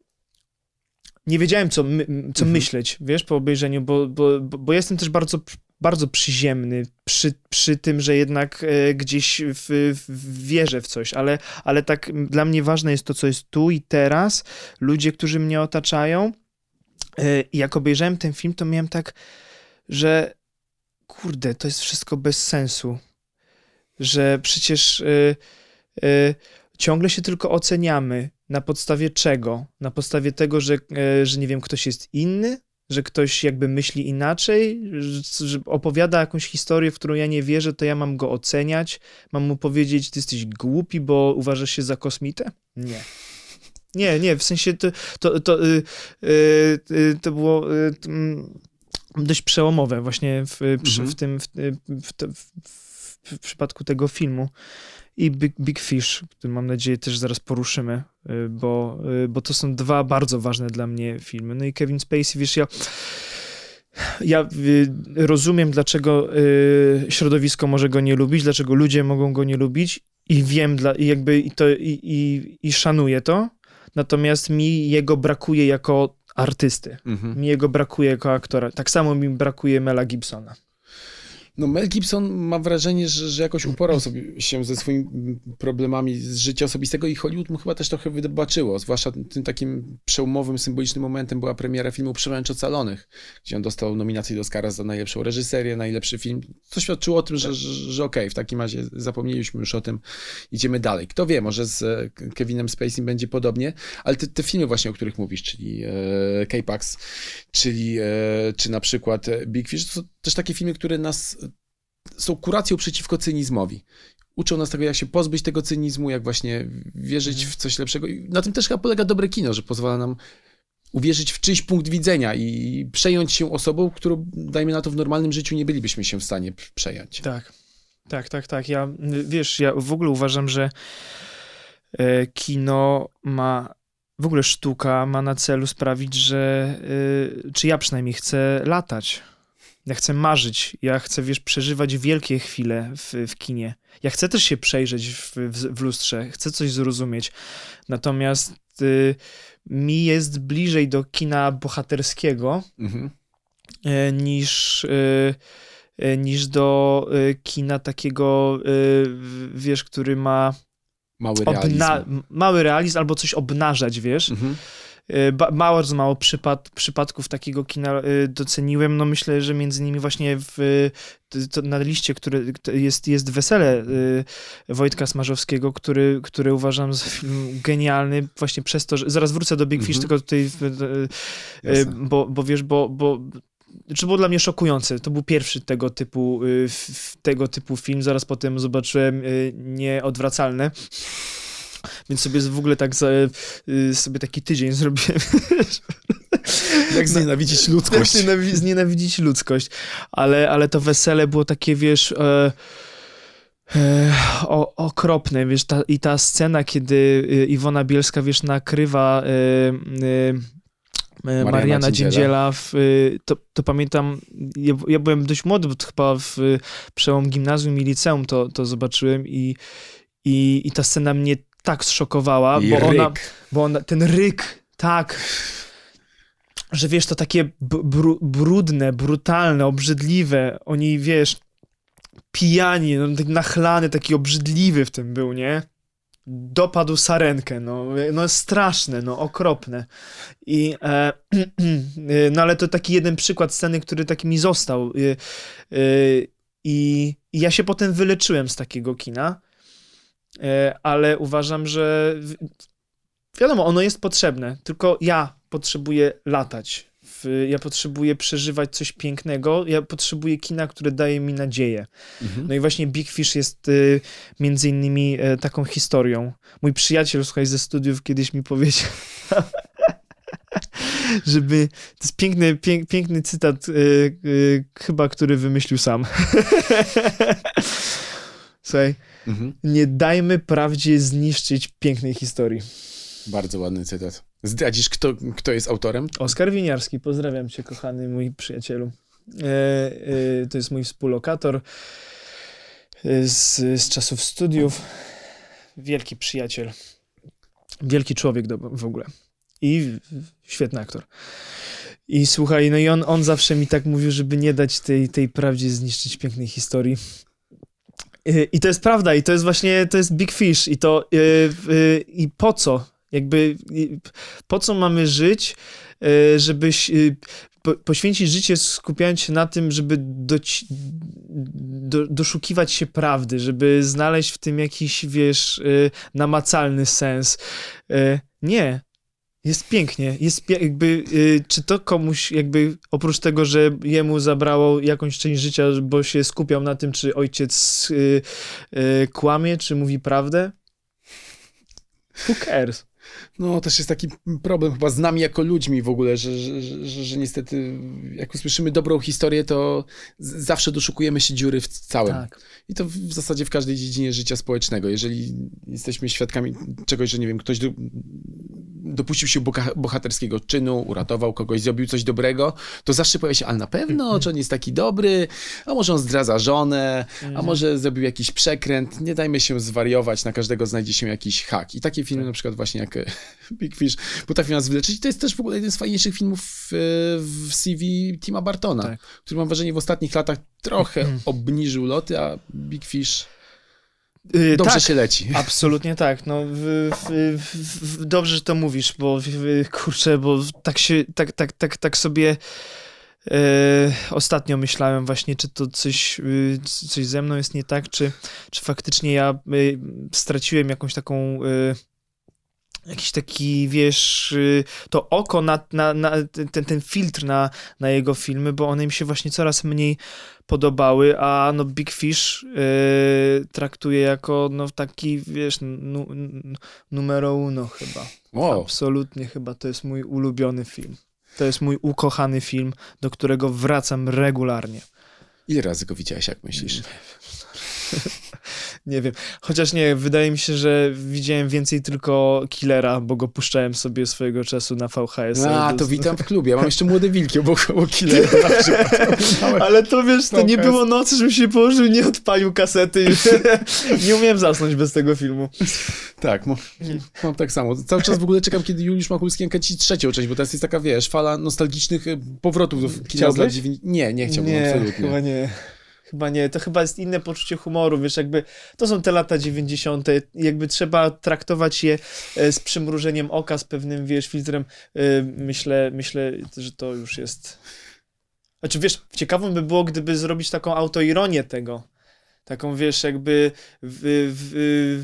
nie wiedziałem, co, my, co mhm. myśleć, wiesz, po obejrzeniu, bo, bo, bo jestem też bardzo bardzo przyziemny, przy, przy tym, że jednak e, gdzieś w, w wierzę w coś, ale, ale tak dla mnie ważne jest to, co jest tu i teraz, ludzie, którzy mnie otaczają. E, I jak obejrzałem ten film, to miałem tak, że kurde, to jest wszystko bez sensu, że przecież e, e, ciągle się tylko oceniamy. Na podstawie czego? Na podstawie tego, że, e, że nie wiem, ktoś jest inny? Że ktoś jakby myśli inaczej? Że, że opowiada jakąś historię, w którą ja nie wierzę, to ja mam go oceniać? Mam mu powiedzieć, ty jesteś głupi, bo uważasz się za kosmitę? Nie. Nie, nie, w sensie to, to, to, yy, yy, to było yy, dość przełomowe właśnie w, mhm. w tym, w, w, w, w przypadku tego filmu. I Big, Big Fish, który mam nadzieję też zaraz poruszymy, bo, bo to są dwa bardzo ważne dla mnie filmy. No i Kevin Spacey, wiesz, ja, ja rozumiem, dlaczego środowisko może go nie lubić, dlaczego ludzie mogą go nie lubić i wiem, dla, i jakby i, to, i, i, i szanuję to, natomiast mi jego brakuje jako artysty. Mhm. Mi jego brakuje jako aktora. Tak samo mi brakuje Mela Gibsona. No Mel Gibson, mam wrażenie, że, że jakoś uporał sobie się ze swoimi problemami z życia osobistego i Hollywood mu chyba też trochę wybaczyło, zwłaszcza tym takim przełomowym, symbolicznym momentem była premiera filmu Przemęcz Ocalonych, gdzie on dostał nominację do Oscara za najlepszą reżyserię, najlepszy film, co świadczyło o tym, że, że, że okej, okay, w takim razie zapomnieliśmy już o tym, idziemy dalej. Kto wie, może z Kevinem Spacey będzie podobnie, ale te, te filmy właśnie, o których mówisz, czyli e, K-Pax, czyli e, czy na przykład Big Fish, to są też takie filmy, które nas są kuracją przeciwko cynizmowi. Uczą nas tego, jak się pozbyć tego cynizmu, jak właśnie wierzyć w coś lepszego. I na tym też chyba polega dobre kino, że pozwala nam uwierzyć w czyjś punkt widzenia i przejąć się osobą, którą, dajmy na to, w normalnym życiu nie bylibyśmy się w stanie przejąć. Tak, tak, tak, tak. Ja, wiesz, ja w ogóle uważam, że e, kino ma, w ogóle sztuka ma na celu sprawić, że, e, czy ja przynajmniej chcę latać. Ja chcę marzyć, ja chcę, wiesz, przeżywać wielkie chwile w, w kinie. Ja chcę też się przejrzeć w, w, w lustrze, chcę coś zrozumieć. Natomiast y, mi jest bliżej do kina bohaterskiego mhm. y, niż, y, y, niż do y, kina takiego, y, wiesz, który ma mały realizm. Obna- mały realizm albo coś obnażać, wiesz. Mhm. Ba- bardzo mało przypad- przypadków takiego kina y, doceniłem. No myślę, że między innymi właśnie w, to na liście, który jest, jest Wesele y, Wojtka Smarzowskiego, który, który uważam za film genialny właśnie przez to, że zaraz wrócę do Big Fish, mm-hmm. tylko tutaj y, y, bo, bo wiesz, bo, bo czy było dla mnie szokujące. To był pierwszy tego typu, y, f, tego typu film. Zaraz potem zobaczyłem y, Nieodwracalne. Więc sobie w ogóle tak za, y, sobie taki tydzień zrobiłem. Jak znienawidzić ludzkość. Jak znienawidzić, znienawidzić ludzkość. Ale, ale to Wesele było takie, wiesz, e, e, o, okropne, wiesz, ta, i ta scena, kiedy Iwona Bielska, wiesz, nakrywa e, e, Mariana, Mariana Dziędziela, w, to, to pamiętam, ja, ja byłem dość młody, bo to chyba w przełom gimnazjum i liceum to, to zobaczyłem i, i, i ta scena mnie tak zszokowała, bo ona, bo ona, ten ryk, tak, że wiesz, to takie br- brudne, brutalne, obrzydliwe, oni, wiesz, pijani, no, taki nachlany, taki obrzydliwy w tym był, nie? Dopadł sarenkę, no, no straszne, no, okropne. I, e, no ale to taki jeden przykład sceny, który taki mi został. I, i, i ja się potem wyleczyłem z takiego kina, ale uważam, że wiadomo, ono jest potrzebne, tylko ja potrzebuję latać, ja potrzebuję przeżywać coś pięknego, ja potrzebuję kina, które daje mi nadzieję. Mhm. No i właśnie Big Fish jest y, między innymi y, taką historią. Mój przyjaciel, słuchaj, ze studiów kiedyś mi powiedział, żeby, to jest piękny, pięk, piękny cytat, y, y, chyba, który wymyślił sam. Słuchaj, mhm. Nie dajmy prawdzie zniszczyć pięknej historii. Bardzo ładny cytat. Zdradzisz, kto, kto jest autorem? Oskar Winiarski. Pozdrawiam cię, kochany mój przyjacielu. E, e, to jest mój współlokator z, z czasów studiów. Wielki przyjaciel. Wielki człowiek do, w ogóle. I świetny aktor. I słuchaj, no i on, on zawsze mi tak mówił, żeby nie dać tej, tej prawdzie zniszczyć pięknej historii. I to jest prawda, i to jest właśnie, to jest Big Fish, i to, yy, yy, i po co? Jakby, yy, po co mamy żyć, yy, żebyś yy, po, poświęcić życie skupiając się na tym, żeby doci- do, doszukiwać się prawdy, żeby znaleźć w tym jakiś, wiesz, yy, namacalny sens. Yy, nie. Jest pięknie, jest pie- jakby, y, czy to komuś jakby, oprócz tego, że jemu zabrało jakąś część życia, bo się skupiał na tym, czy ojciec y, y, kłamie, czy mówi prawdę? Who cares? No, też jest taki problem chyba z nami jako ludźmi w ogóle, że, że, że, że niestety jak usłyszymy dobrą historię, to z- zawsze doszukujemy się dziury w całym. Tak. I to w, w zasadzie w każdej dziedzinie życia społecznego. Jeżeli jesteśmy świadkami czegoś, że nie wiem, ktoś do, dopuścił się boka, bohaterskiego czynu, uratował kogoś, zrobił coś dobrego, to zawsze powie się, ale na pewno, czy on jest taki dobry, a może on zdradza żonę, a może zrobił jakiś przekręt, nie dajmy się zwariować, na każdego znajdzie się jakiś hak. I takie filmy na przykład właśnie jak Big Fish potrafią nas wyleczyć. I to jest też w ogóle jeden z fajniejszych filmów w, w C V Tima Burtona, Tak. który mam wrażenie w ostatnich latach trochę obniżył loty, a Big Fish Y, dobrze tak, się leci. absolutnie tak. No, w, w, w, w, dobrze, że to mówisz, bo w, kurczę, bo tak się, tak, tak, tak, tak sobie e, ostatnio myślałem właśnie, czy to coś, y, coś ze mną jest nie tak, czy, czy faktycznie ja y, straciłem jakąś taką y, jakiś taki, wiesz, y, to oko na, na, na ten, ten filtr na, na jego filmy, bo one mi się właśnie coraz mniej podobały, a no Big Fish y, traktuję jako no taki, wiesz, nu, numero uno chyba. Wow. Absolutnie chyba to jest mój ulubiony film. To jest mój ukochany film, do którego wracam regularnie. Ile razy go widziałeś, jak myślisz? Nie wiem. Chociaż nie, wydaje mi się, że widziałem więcej tylko Killera, bo go puszczałem sobie swojego czasu na V H S. A, to witam w klubie. Ja mam jeszcze Młode Wilki obok, obok Killera. Na przykład. Ale to wiesz, to nie V H S. było nocy, żebym się położył i nie odpalił kasety. I nie umiałem zasnąć bez tego filmu. Tak, mam, mam tak samo. Cały czas w ogóle czekam, kiedy Juliusz Machulski nakręci trzecią część, bo teraz jest taka, wiesz, fala nostalgicznych e, powrotów do kina z lat dziewięćdziesiątych. Nie, nie chciałbym, Nie, absolutnie. chyba nie. Chyba nie, to chyba jest inne poczucie humoru, wiesz, jakby to są te lata dziewięćdziesiąte, jakby trzeba traktować je e, z przymrużeniem oka, z pewnym, wiesz, filtrem. E, myślę, myślę, że to już jest... Znaczy, wiesz, ciekawą by było, gdyby zrobić taką autoironię tego. Taką, wiesz, jakby w, w,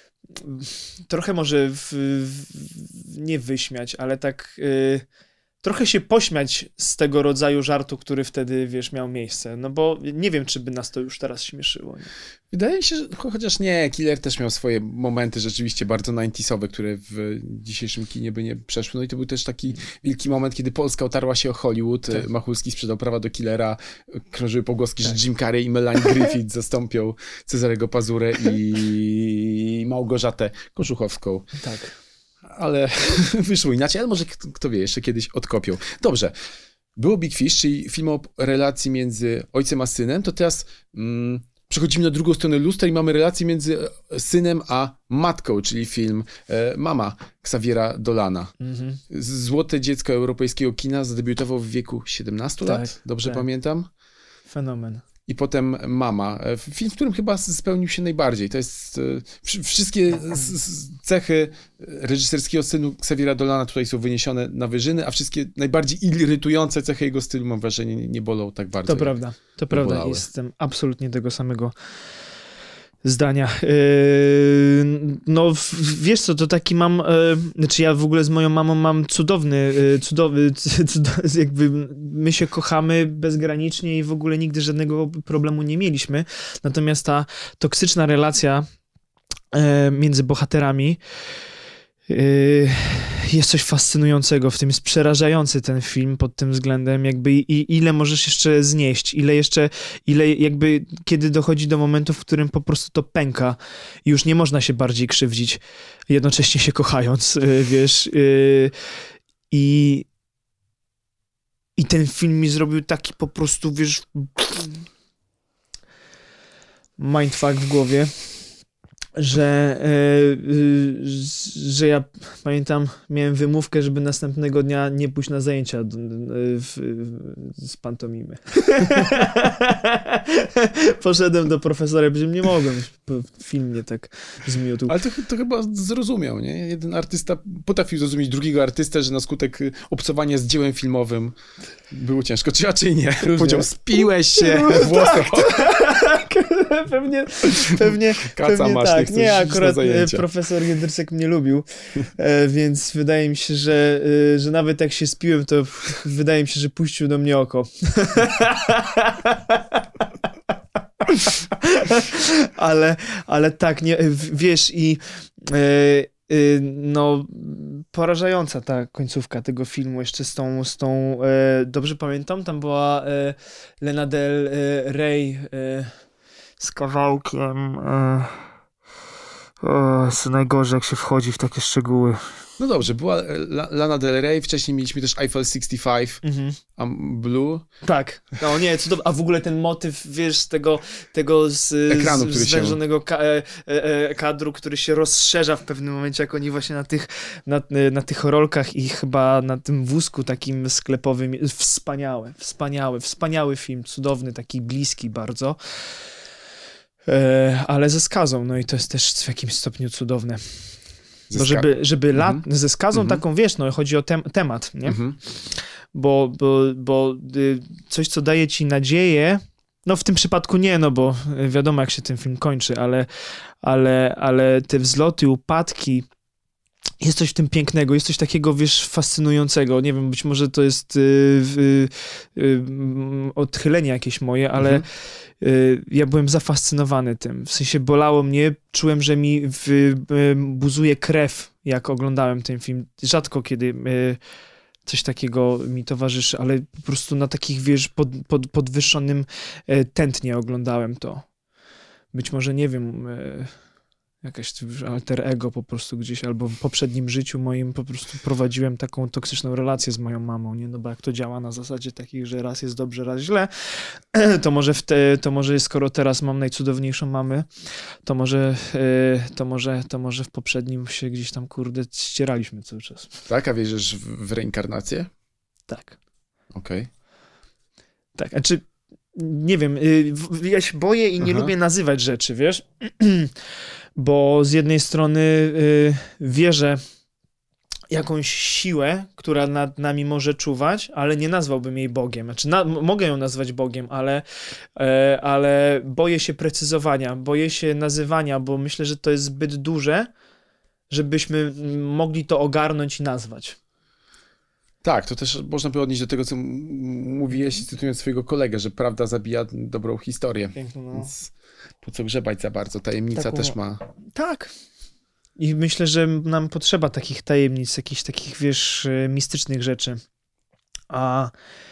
w, trochę może w, w, nie wyśmiać, ale tak... E, trochę się pośmiać z tego rodzaju żartu, który wtedy, wiesz, miał miejsce. No bo nie wiem, czy by nas to już teraz śmieszyło. Nie? Wydaje mi się, że chociaż nie, Killer też miał swoje momenty rzeczywiście bardzo dziewięćdziesiąte, które w dzisiejszym kinie by nie przeszły. No i to był też taki wielki moment, kiedy Polska otarła się o Hollywood. Tak. Machulski sprzedał prawa do Killera. Krążyły pogłoski, Tak. że Jim Carrey i Melanie Griffith zastąpią Cezarego Pazurę i Małgorzatę Koszuchowską. Tak. Ale wyszło inaczej, ale może kto, kto wie, jeszcze kiedyś odkopią. Dobrze, było Big Fish, czyli film o relacji między ojcem a synem, to teraz mm, przechodzimy na drugą stronę lustra i mamy relację między synem a matką, czyli film e, Mama Xaviera Dolana. Mhm. Złote dziecko europejskiego kina, zadebiutował w wieku siedemnastu Tak, lat, dobrze tak. pamiętam? Fenomen. I potem Mama. E, Film, w którym chyba spełnił się najbardziej. To jest... e, wsz- Wszystkie z- z- cechy reżyserskiego stylu Xaviera Dolana tutaj są wyniesione na wyżyny, a wszystkie najbardziej irytujące cechy jego stylu, mam wrażenie, nie, nie bolą tak bardzo. To prawda, to prawda. bolały. Jestem absolutnie tego samego zdania. Yy, no w- wiesz co, to taki mam, yy, znaczy ja w ogóle z moją mamą mam cudowny, yy, cudowny, cud- jakby my się kochamy bezgranicznie i w ogóle nigdy żadnego problemu nie mieliśmy. Natomiast ta toksyczna relacja yy, między bohaterami yy, jest coś fascynującego w tym, jest przerażający ten film pod tym względem, jakby i, i ile możesz jeszcze znieść, ile jeszcze, ile jakby, kiedy dochodzi do momentu, w którym po prostu to pęka i już nie można się bardziej krzywdzić, jednocześnie się kochając, yy, wiesz, yy, i i ten film mi zrobił taki po prostu, wiesz, mindfuck w głowie. że, e, y, że ja pamiętam, miałem wymówkę, żeby następnego dnia nie pójść na zajęcia d- w, w, z pantomimy. Poszedłem do profesora, bo nie mogłem, film mnie tak zmiótł. Ale to, to chyba zrozumiał, nie? Jeden artysta potrafił zrozumieć drugiego artystę, że na skutek obcowania z dziełem filmowym było ciężko, czy raczej nie. Różnie. Powiedział, spiłeś się włosach. Tak, pewnie, pewnie, Kaca pewnie masz, tak. nie, Nie, chcesz akurat na zajęcia. profesor Jędrysek mnie lubił, e, więc wydaje mi się, że, e, że nawet jak się spiłem, to wydaje mi się, że puścił do mnie oko. ale, ale tak, nie, wiesz, i e, e, no porażająca ta końcówka tego filmu, jeszcze z tą, z tą e, dobrze pamiętam, tam była e, Lana Del e, Rey e, z kawałkiem e, o, jest najgorzej, jak się wchodzi w takie szczegóły. No dobrze, była La- Lana Del Rey, wcześniej mieliśmy też Eiffel sześćdziesiąt pięć, Mhm. um, Blue. Tak, no nie, co to, a w ogóle ten motyw, wiesz, tego, tego z, Ekranu, z, który się- zwężonego ka- e, e, kadru, który się rozszerza w pewnym momencie, jak oni właśnie na tych, na, na tych rolkach i chyba na tym wózku takim sklepowym. Wspaniałe, wspaniały, wspaniały film, cudowny, taki bliski bardzo, e, ale ze skazą, no i to jest też w jakimś stopniu cudowne. Ze Bo ska- żeby, żeby lat, Mhm. ze skazą Mhm. taką, wiesz, no chodzi o tem- temat, nie? Mhm. bo, bo, bo y, coś, co daje ci nadzieję, no w tym przypadku nie, no bo y, wiadomo, jak się ten film kończy, ale, ale, ale te wzloty, upadki, jest coś w tym pięknego, jest coś takiego, wiesz, fascynującego. Nie wiem, być może to jest y, y, y, odchylenie jakieś moje, ale Mhm. y, ja byłem zafascynowany tym. W sensie bolało mnie, czułem, że mi w, y, buzuje krew, jak oglądałem ten film. Rzadko kiedy y, coś takiego mi towarzyszy, ale po prostu na takich, wiesz, pod, pod, podwyższonym e, tętnie oglądałem to. Być może, nie wiem, e, jakaś alter ego po prostu gdzieś, albo w poprzednim życiu moim po prostu prowadziłem taką toksyczną relację z moją mamą, nie? No bo jak to działa na zasadzie takich, że raz jest dobrze, raz źle, to może, w te, to może skoro teraz mam najcudowniejszą mamę, to może, e, to może, to może w poprzednim się gdzieś tam, kurde, ścieraliśmy cały czas. Tak, a wierzysz w, w reinkarnację? Tak. Okej. Tak, znaczy, nie wiem, y, w- ja się boję i nie Aha. lubię nazywać rzeczy, wiesz? Bo z jednej strony y, wierzę jakąś siłę, która nad nami może czuwać, ale nie nazwałbym jej Bogiem. Znaczy, na, m- mogę ją nazwać Bogiem, ale, e, ale boję się precyzowania, boję się nazywania, bo myślę, że to jest zbyt duże, żebyśmy mm, mogli to ogarnąć i nazwać. Tak, to też można by odnieść do tego, co m- mówiłeś, cytując swojego kolegę, że prawda zabija dobrą historię. Piękno, no. Więc po co grzebać za bardzo? Tajemnica Taką- też ma... Tak. I myślę, że nam potrzeba takich tajemnic, jakichś takich, wiesz, e, mistycznych rzeczy. A,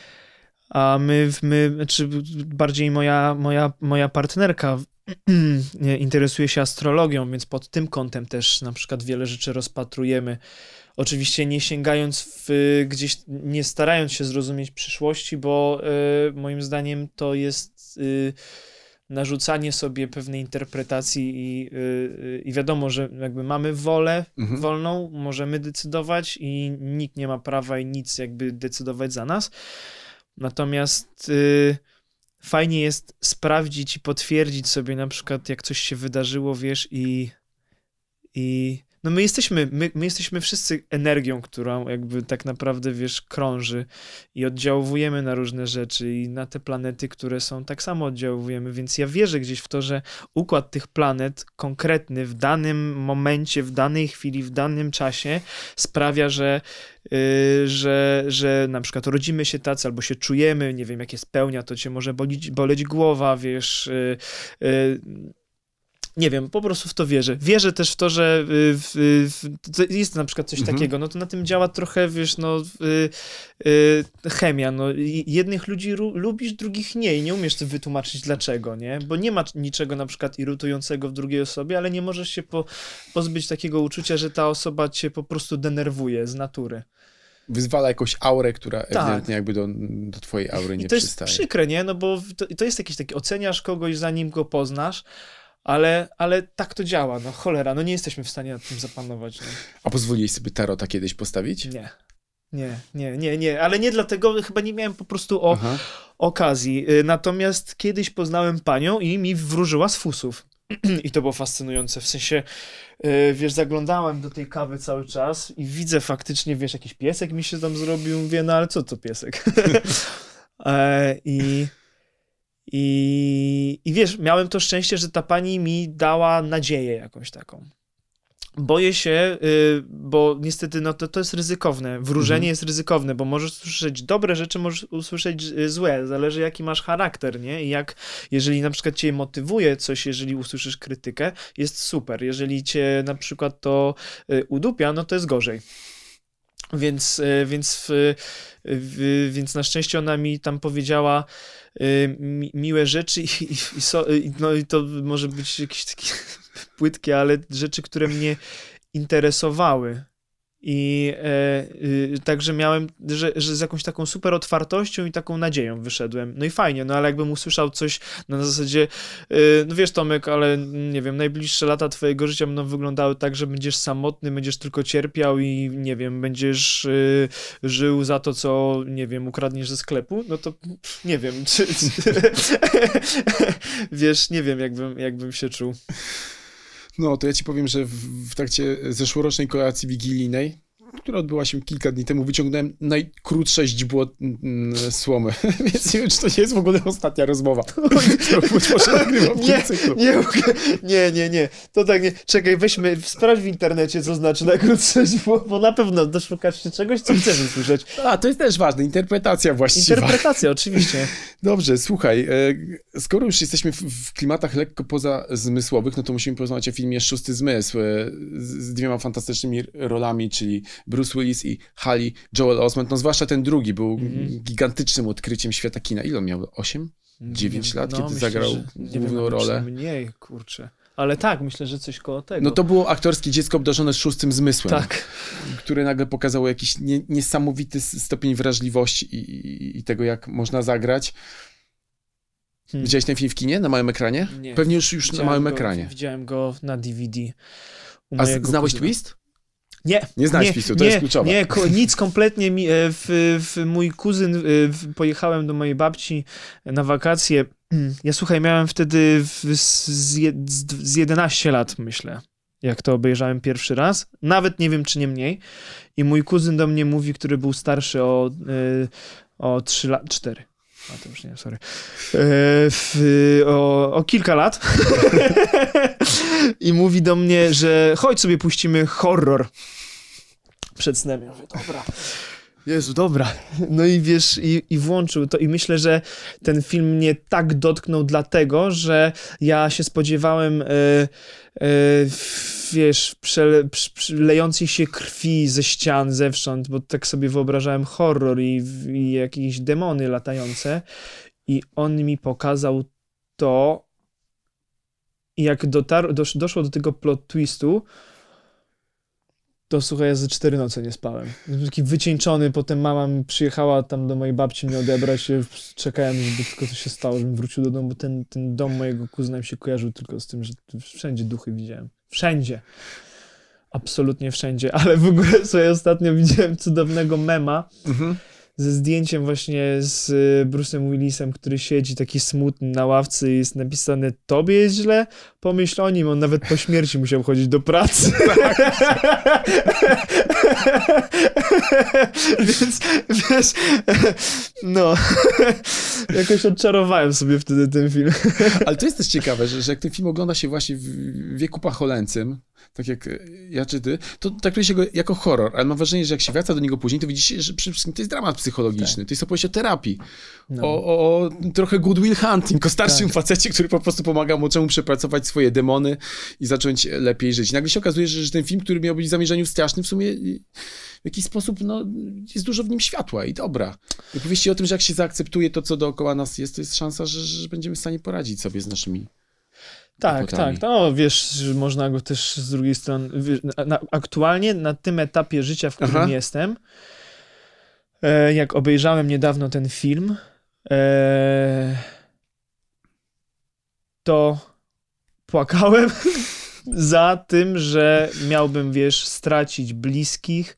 a my, my, znaczy bardziej moja, moja, moja partnerka nie, interesuje się astrologią, więc pod tym kątem też na przykład wiele rzeczy rozpatrujemy. Oczywiście nie sięgając w, gdzieś, nie starając się zrozumieć przyszłości, bo e, moim zdaniem to jest e, narzucanie sobie pewnej interpretacji i, y, i wiadomo, że jakby mamy wolę Mhm. wolną, możemy decydować i nikt nie ma prawa i nic jakby decydować za nas. Natomiast y, fajnie jest sprawdzić i potwierdzić sobie na przykład, jak coś się wydarzyło, wiesz, i, i no my jesteśmy, my, my jesteśmy wszyscy energią, którą jakby tak naprawdę, wiesz, krąży i oddziałujemy na różne rzeczy i na te planety, które są, tak samo oddziałujemy, więc ja wierzę gdzieś w to, że układ tych planet konkretny w danym momencie, w danej chwili, w danym czasie sprawia, że, yy, że, że na przykład rodzimy się tacy, albo się czujemy, nie wiem, jak jest pełnia, to cię może bolić, boleć głowa, wiesz, yy, yy, nie wiem, po prostu w to wierzę. Wierzę też w to, że y, w, w, to jest na przykład coś Mhm. takiego, no to na tym działa trochę, wiesz, no y, y, chemia, no i jednych ludzi ru, lubisz, drugich nie i nie umiesz sobie wytłumaczyć dlaczego, nie? Bo nie ma niczego na przykład irytującego w drugiej osobie, ale nie możesz się po, pozbyć takiego uczucia, że ta osoba cię po prostu denerwuje z natury. Wyzwala jakąś aurę, która Tak. ewidentnie jakby do, do twojej aury nie I to jest przystaje. przykre, nie? No bo to, to jest jakieś takie, oceniasz kogoś zanim go poznasz, Ale, ale tak to działa, no cholera, no nie jesteśmy w stanie nad tym zapanować. No. A pozwoliłeś sobie tarota kiedyś postawić? Nie, nie, nie, nie, nie, ale nie dlatego, chyba nie miałem po prostu o, okazji. Natomiast kiedyś poznałem panią i mi wróżyła z fusów. I to było fascynujące, w sensie, yy, wiesz, zaglądałem do tej kawy cały czas i widzę faktycznie, wiesz, jakiś piesek mi się tam zrobił, mówię, no ale co to piesek? e, I... I, I wiesz, miałem to szczęście, że ta pani mi dała nadzieję jakąś taką. Boję się, y, bo niestety no to, to jest ryzykowne. Wróżenie mhm. jest ryzykowne, bo możesz usłyszeć dobre rzeczy, możesz usłyszeć złe. Zależy jaki masz charakter, nie? I jak, jeżeli na przykład cię motywuje coś, jeżeli usłyszysz krytykę, jest super. Jeżeli cię na przykład to y, udupia, no to jest gorzej. Więc, y, więc, y, y, więc na szczęście ona mi tam powiedziała y, mi, miłe rzeczy i, i, i, so, i, no, i to może być jakieś takie płytkie, ale rzeczy, które mnie interesowały. I e, y, także miałem, że, że z jakąś taką super otwartością i taką nadzieją wyszedłem. No i fajnie, no ale jakbym usłyszał coś na zasadzie, y, no wiesz Tomek, ale nie wiem, najbliższe lata twojego życia będą wyglądały tak, że będziesz samotny, będziesz tylko cierpiał i nie wiem, będziesz y, żył za to, co, nie wiem, ukradniesz ze sklepu, no to pff, nie wiem, czy, czy wiesz, nie wiem, jakbym, jakbym się czuł. No, to ja ci powiem, że w, w trakcie zeszłorocznej kolacji wigilijnej, która odbyła się kilka dni temu, wyciągnąłem najkrótsze źdźbło mm, słomy. Więc nie wiem, czy to nie jest w ogóle ostatnia rozmowa. nie, nie, nie, nie, nie. To tak nie. Czekaj, weźmy, sprawdź w internecie, co znaczy najkrótsze źdźbło, bo na pewno doszukasz się czegoś, co chcesz usłyszeć. A, to jest też ważne. Interpretacja właściwa. Interpretacja, oczywiście. Dobrze, słuchaj. E, skoro już jesteśmy w, w klimatach lekko pozazmysłowych, no to musimy porozmawiać o filmie Szósty Zmysł e, z, z dwiema fantastycznymi rolami, czyli Bruce Willis i Haley Joel Osment, no zwłaszcza ten drugi był mm. gigantycznym odkryciem świata kina. Ile on miał? osiem? dziewięć lat, no, kiedy myślę, zagrał główną wiem, rolę? Mniej, kurczę. Ale tak, myślę, że coś koło tego. No to było aktorskie dziecko obdarzone z szóstym zmysłem. Tak. Które nagle pokazało jakiś nie, niesamowity stopień wrażliwości i, i, i tego, jak można zagrać. Hmm. Widziałeś ten film w kinie? Na małym ekranie? Nie. Pewnie już, już na małym go, ekranie. Widziałem go na D V D. A znałeś kuzyna. Twist? Nie. Nie znałeś twistu, to nie, jest kluczowe. Nie, nic kompletnie. Mi, w, w mój kuzyn, w, pojechałem do mojej babci na wakacje. Ja słuchaj, miałem wtedy w, z, z jedenaście lat, myślę, jak to obejrzałem pierwszy raz. Nawet nie wiem, czy nie mniej. I mój kuzyn do mnie mówi, który był starszy o, o trzy lata, cztery. A to już nie, sorry. W, o, o kilka lat. I mówi do mnie, że chodź sobie puścimy horror przed snem. Ja mówię, dobra. Jezu, dobra. No i wiesz, i, i włączył to i myślę, że ten film mnie tak dotknął dlatego, że ja się spodziewałem e, e, wiesz, przele, lejącej się krwi ze ścian zewsząd, bo tak sobie wyobrażałem horror i, i jakieś demony latające i on mi pokazał to i jak dotar, dosz, doszło do tego plot twistu, to słuchaj, ja ze cztery noce nie spałem. Taki wycieńczony, potem mama mi przyjechała tam do mojej babci mnie odebrać, czekałem, żeby tylko to się stało, żebym wrócił do domu, bo ten, ten dom mojego kuzyna mi się kojarzył tylko z tym, że wszędzie duchy widziałem. Wszędzie. Absolutnie wszędzie. Ale w ogóle sobie ostatnio widziałem cudownego mema mhm. ze zdjęciem właśnie z Bruce'em Willisem, który siedzi taki smutny na ławce i jest napisane tobie jest źle? Pomyśl o nim, on nawet po śmierci musiał chodzić do pracy. Więc, wiesz, no, jakoś odczarowałem sobie wtedy ten film. Ale to jest też ciekawe, że, że jak ten film ogląda się właśnie w wieku pacholęcym, tak jak ja czy ty, to traktuje się go jako horror, ale mam wrażenie, że jak się wraca do niego później, to widzicie, że przede wszystkim to jest dramat psychologiczny, tak. To jest opowieść o terapii, no. o, o, o trochę Good Will Hunting, o starszym tak. facecie, który po prostu pomaga młodszemu przepracować swoje demony i zacząć lepiej żyć. Nagle się okazuje, że, że ten film, który miał być w zamierzeniu straszny, w sumie w jakiś sposób, no, jest dużo w nim światła i dobra. I opowieści o tym, że jak się zaakceptuje to, co dookoła nas jest, to jest szansa, że, że będziemy w stanie poradzić sobie z naszymi Tak, kłopotami. tak. No wiesz, że można go też z drugiej strony... Wiesz, na, aktualnie na tym etapie życia, w którym Aha. jestem, e, jak obejrzałem niedawno ten film, e, to płakałem za tym, że miałbym, wiesz, stracić bliskich,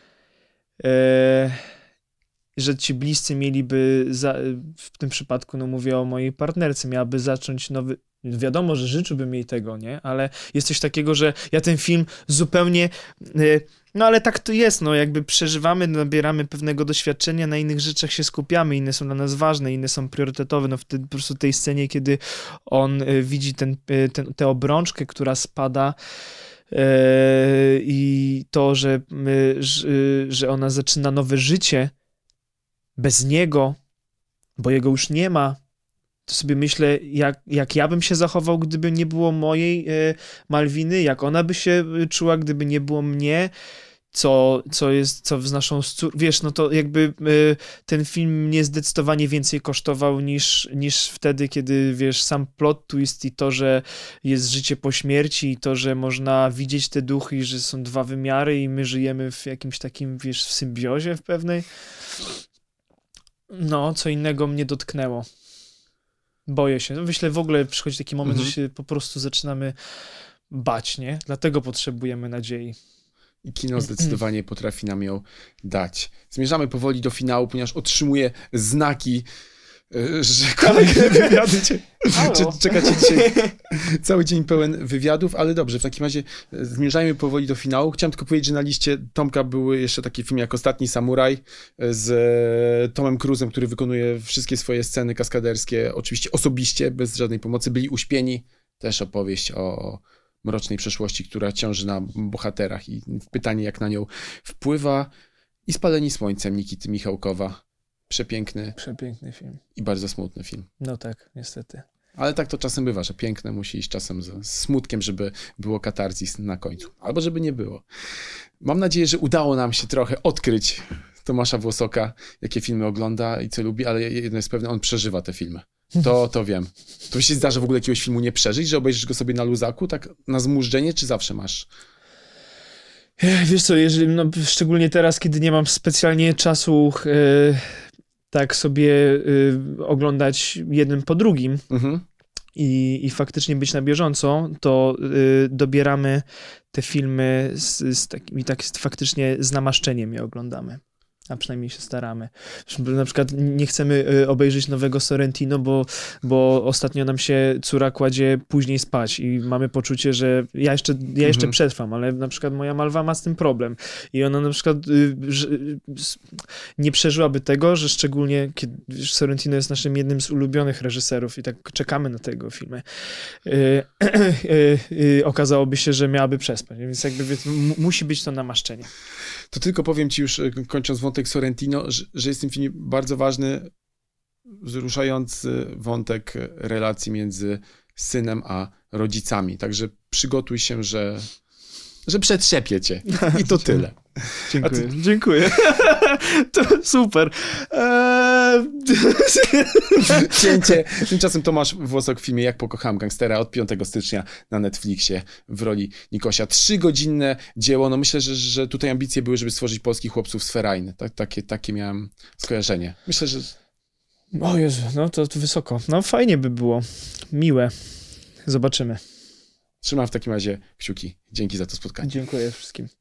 e, że ci bliscy mieliby, za, w tym przypadku, no mówię o mojej partnerce, miałaby zacząć nowy, wiadomo, że życzyłbym jej tego, nie? Ale jest coś takiego, że ja ten film zupełnie, e, no ale tak to jest, no jakby przeżywamy, nabieramy pewnego doświadczenia, na innych rzeczach się skupiamy, inne są dla nas ważne, inne są priorytetowe, no w te, po prostu tej scenie, kiedy on e, widzi ten, e, ten, tę obrączkę, która spada, e, i to, że, e, że, że ona zaczyna nowe życie bez niego, bo jego już nie ma, to sobie myślę, jak, jak ja bym się zachował, gdyby nie było mojej e, Malwiny, jak ona by się czuła, gdyby nie było mnie, co, co jest, co z naszą cór... Wiesz, no to jakby e, ten film mnie zdecydowanie więcej kosztował niż, niż wtedy, kiedy, wiesz, sam plot twist i to, że jest życie po śmierci i to, że można widzieć te duchy i że są dwa wymiary i my żyjemy w jakimś takim, wiesz, w symbiozie w pewnej. No, co innego mnie dotknęło. Boję się. No, myślę, w ogóle przychodzi taki moment, mhm. że się po prostu zaczynamy bać, nie? Dlatego potrzebujemy nadziei. I kino zdecydowanie potrafi nam ją dać. Zmierzamy powoli do finału, ponieważ otrzymuję znaki, że kolejne wywiady cię, czekacie dzisiaj cały dzień pełen wywiadów, ale dobrze, w takim razie zmierzajmy powoli do finału. Chciałem tylko powiedzieć, że na liście Tomka były jeszcze takie filmy jak Ostatni Samuraj z Tomem Cruzem, który wykonuje wszystkie swoje sceny kaskaderskie, oczywiście osobiście, bez żadnej pomocy. Byli uśpieni, też opowieść o mrocznej przeszłości, która ciąży na bohaterach i pytanie, jak na nią wpływa. I Spaleni słońcem Nikity Michałkowa. Przepiękny. Przepiękny film. I bardzo smutny film. No tak, niestety. Ale tak to czasem bywa, że piękne musi iść czasem z smutkiem, żeby było katarzis na końcu. Albo żeby nie było. Mam nadzieję, że udało nam się trochę odkryć Tomasza Włosoka, jakie filmy ogląda i co lubi, ale jedno jest pewne, on przeżywa te filmy. To, to wiem. To się zdarza w ogóle jakiegoś filmu nie przeżyć, że obejrzysz go sobie na luzaku, tak na zmużdżenie, czy zawsze masz? Wiesz co, jeżeli, no, szczególnie teraz, kiedy nie mam specjalnie czasu yy, tak sobie yy, oglądać jednym po drugim mhm. i, i faktycznie być na bieżąco, to yy, dobieramy te filmy z, z takim, i tak faktycznie z namaszczeniem je oglądamy. A przynajmniej się staramy. Na przykład nie chcemy obejrzeć nowego Sorrentino, bo, bo ostatnio nam się córa kładzie później spać i mamy poczucie, że ja jeszcze, ja jeszcze mhm. przetrwam, ale na przykład moja Malwa ma z tym problem. I ona na przykład że nie przeżyłaby tego, że szczególnie kiedy Sorrentino jest naszym jednym z ulubionych reżyserów i tak czekamy na tego filmy. Okazałoby się, że miałaby przespać. Więc jakby musi być to namaszczenie. To tylko powiem ci już, kończąc wątek Sorrentino, że, że jest w tym filmie bardzo ważny, wzruszający wątek relacji między synem a rodzicami. Także przygotuj się, że, że przetrzepię cię. I to tyle. Dziękuję. Ty... Dziękuję. To super. Eee... Cięcie. Tymczasem Tomasz Włosok w filmie Jak pokochałem gangstera od piątego stycznia na Netflixie w roli Nikosia. Trzygodzinne dzieło. No myślę, że, że tutaj ambicje były, żeby stworzyć polskich chłopców z ferajny. Tak, takie, takie miałem skojarzenie. Myślę, że... O Jezu, no to, to wysoko. No fajnie by było. Miłe. Zobaczymy. Trzymam w takim razie kciuki. Dzięki za to spotkanie. Dziękuję wszystkim.